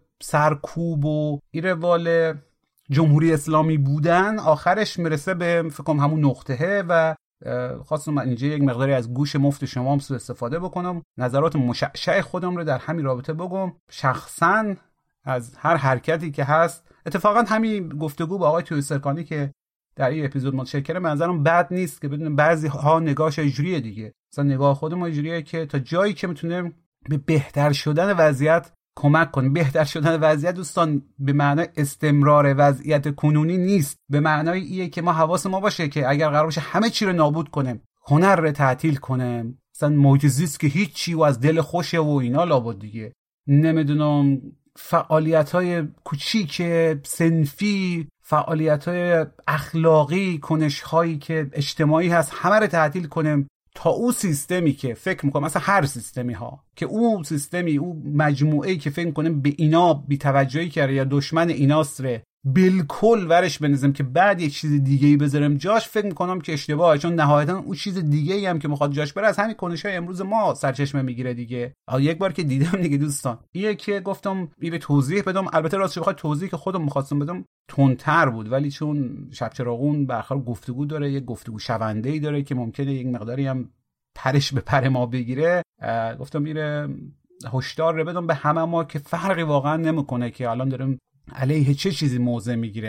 سرکوب و این روال جمهوری اسلامی بودن آخرش میرسه به فکر کنم همون نقطهه و خواستم من اینجا یک مقداری از گوش مفت شما هم سوء استفاده بکنم، نظرات مشعشع خودم رو در همین رابطه بگم. شخصا از هر حرکتی که هست، اتفاقا همین گفتگو با آقای توی سرکانی که در این اپیزود متشکرم، به نظرم بد نیست که بدونیم بعضی ها نگاهش اینجوریه دیگه، مثلا نگاه خود ما اینجوریه که تا جایی که میتونیم به بهتر شدن وضعیت کمک کنیم. بهتر شدن وضعیت دوستان به معنای استمرار وضعیت کنونی نیست، به معنای ایه که ما حواس ما باشه که اگر قرار باشه همه چی رو نابود کنیم، هنر رو تعطیل کنیم، مثلا محیط زیست که هیچ چی و از دل خوشه و اینا لابد دیگه، نمیدونم فعالیت‌های کوچیک صنفی، فعالیت‌های اخلاقی، کنش‌هایی که اجتماعی هست، همه رو تعطیل کنیم تا او سیستمی که فکر میکنم، مثلا هر سیستمی ها که او سیستمی، او مجموعه‌ای که فکر میکنم به اینا بی‌توجهی کرده یا دشمن ایناست ره بالکل ورش بنزم که بعد یک چیز دیگه‌ای بذارم جاش، فکر میکنم که اشتباهه، چون نهایتا اون چیز دیگه‌ای هم که میخواد جاش بره از همین کنش‌های امروز ما سرچشمه میگیره دیگه. یک بار که دیدم دیگه دوستان، اینه که گفتم به توضیح بدم، البته راستش بخواد توضیح که خودم می‌خواستم بدم تندتر بود، ولی چون شب چراغون به هر گفتگو داره، یک گفتگو شونده‌ای داره که ممکنه یک مقداری هم پرش به پر ما بگیره، گفتم میره هشدار رو بدم به همه ما که فرقی واقعا نمیکنه که الان داریم علیه چه چیزی موضع میگیره،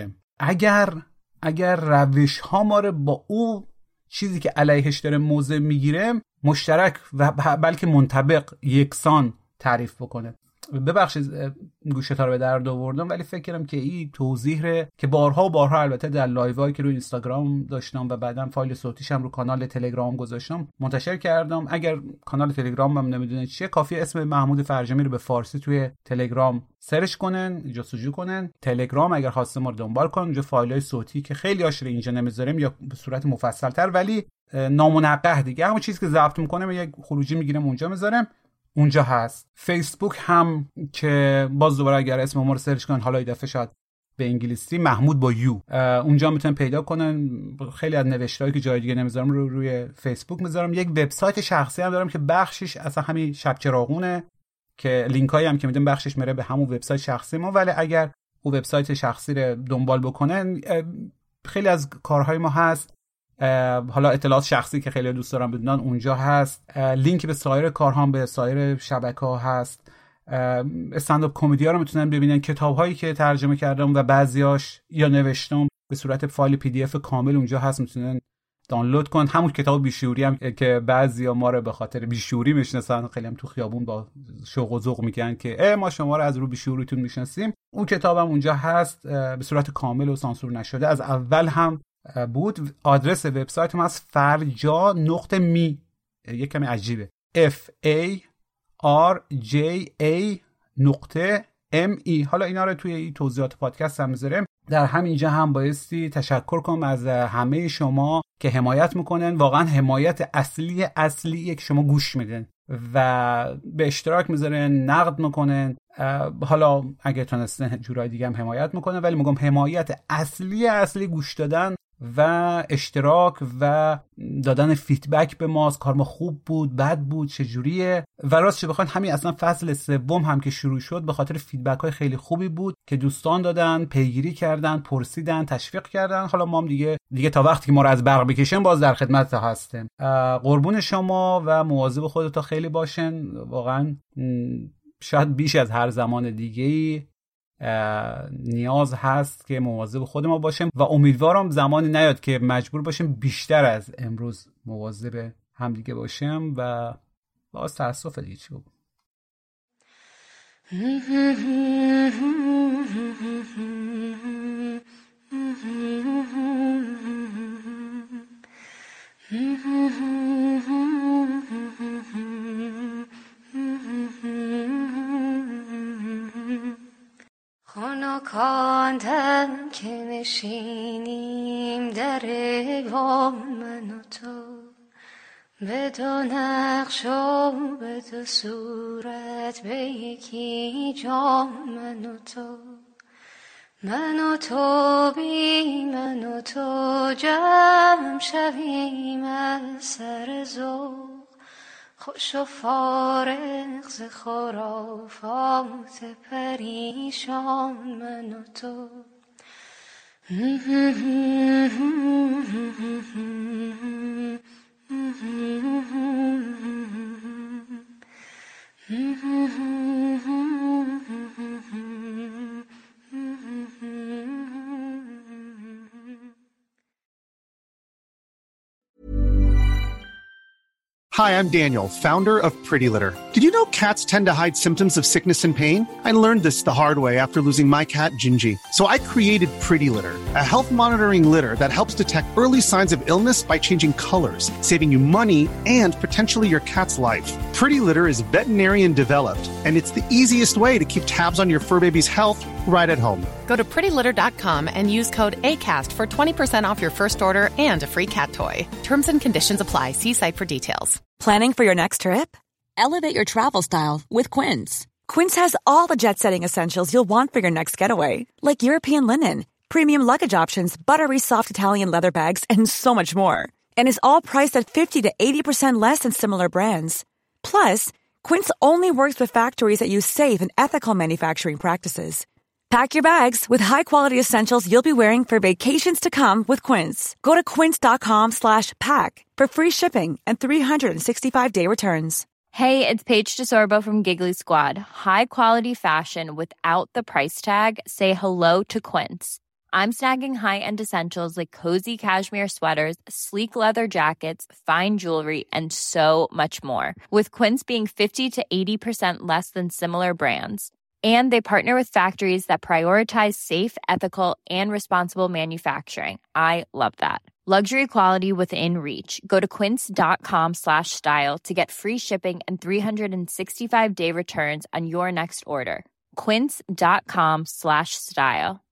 اگر روش ها ما رو با او چیزی که علیهش داره موضع میگیره مشترک و بلکه منطبق یکسان تعریف بکنه. ببخشید گوشتا رو به درد آوردم، ولی فکر کردم که این توضیح که بارها البته در لایوایی که روی اینستاگرام داشتم و بعداً فایل صوتیش هم رو کانال تلگرام گذاشتم منتشر کردم. اگر کانال تلگرام هم نمیدونید چیه، کافیه اسم محمود فرجامی رو به فارسی توی تلگرام سرچ کنن، جستجو کنن. تلگرام اگر خواستن ما رو دنبال کنن، اونجا فایل‌های صوتی که خیلی هاش رو اینجا نمیذاریم یا به صورت مفصل‌تر ولی نامنقح دیگه، همون چیزی که ضبط می‌کنم یک خروجی میگیرم اونجا میذارم، اونجا هست. فیسبوک هم که باز دوباره اگر اسم ما رو سرچ کنن، حالا این دفعه شاید به انگلیسی محمود با یو، اونجا میتونن پیدا کنن. خیلی از نوشتهایی که جای دیگه نمیذارم روی فیسبوک میذارم. یک وبسایت شخصی هم دارم که بخشش اصلا همین شب چراغونه که لینکایی هم که میدم بخشش میره به همون وبسایت شخصی ما، ولی اگر اون وبسایت شخصی رو دنبال بکنن خیلی از کارهای ما هست. حالا اطلاعات شخصی که خیلی دوست دارم بدونن اونجا هست. لینک به سایر کارهام به سایر شبکه‌ها هست. استندآپ کمدی ها رو میتونن ببینن. کتاب‌هایی که ترجمه کردم و بعضیاش یا نوشتم به صورت فایل PDF کامل اونجا هست، میتونن دانلود کنن. همون کتاب بیشعوری هم که بعضیا ما رو به خاطر بیشعوری میشناسن، خیلی هم تو خیابون با شوق و ذوق میگن که ما شما رو از رو بیشعوریتون میشناسیم، اون کتابم اونجا هست به صورت کامل و سانسور نشده. از اول هم بود. آدرس وبسایت ما از farja.me، یک کمی عجیبه، FARJA.me. حالا اینا رو توی این توضیحات پادکست هم میذارم. در همینجا هم بایستی تشکر کنم از همه شما که حمایت میکنن. واقعا حمایت اصلی که شما گوش میدن و به اشتراک میذارن، نقد میکنن. حالا اگه تونستن جورای دیگه هم حمایت میکنن، ولی میگم حمایت اصلی گوش دادن و اشتراک و دادن فیدبک به ماست. کار ما خوب بود، بد بود، چجوریه. و راستش بخواید همین اصلا فصل سوم هم که شروع شد به خاطر فیدبک های خیلی خوبی بود که دوستان دادن، پیگیری کردن، پرسیدن، تشویق کردن. حالا ما هم دیگه تا وقتی که ما رو از برق بکشن باز در خدمت هستیم. قربون شما و مواظب خودتون خیلی باشن. واقعا شاید بیش از هر زمان دیگه‌ای نیاز هست که مواظب خود ما باشیم و امیدوارم زمانی نیاد که مجبور باشیم بیشتر از امروز مواظب هم دیگه باشیم و باز تاسف دیگه چی بگم. خانکاندم که نشینیم در گام من و تو، به دو نقش و به دو صورت به یکی جام من و تو، من و تو بی من و تو جمع شویم از سر ذوق، خوش و فارغ ز خرافات پریشان من و تو. Hi, I'm Daniel, founder of Pretty Litter. Did you know cats tend to hide symptoms of sickness and pain? I learned this the hard way after losing my cat, Gingy. So I created Pretty Litter, a health monitoring litter that helps detect early signs of illness by changing colors, saving you money and potentially your cat's life. Pretty Litter is veterinarian developed, and it's the easiest way to keep tabs on your fur baby's health right at home. Go to prettylitter.com and use code ACAST for 20% off your first order and a free cat toy. Terms and conditions apply. See site for details. Planning for your next trip? Elevate your travel style with Quince. Quince has all the jet-setting essentials you'll want for your next getaway, like European linen, premium luggage options, buttery soft Italian leather bags, and so much more. And is all priced at 50 to 80% less than similar brands. Plus, Quince only works with factories that use safe and ethical manufacturing practices. Pack your bags with high-quality essentials you'll be wearing for vacations to come with Quince. Go to quince.com/pack for free shipping and 365-day returns. Hey, it's Paige DeSorbo from Giggly Squad. High quality fashion without the price tag. Say hello to Quince. I'm snagging high-end essentials like cozy cashmere sweaters, sleek leather jackets, fine jewelry, and so much more. With Quince being 50 to 80% less than similar brands. And they partner with factories that prioritize safe, ethical, and responsible manufacturing. I love that. Luxury quality within reach. Go to quince.com/style to get free shipping and 365-day returns on your next order. Quince.com/style.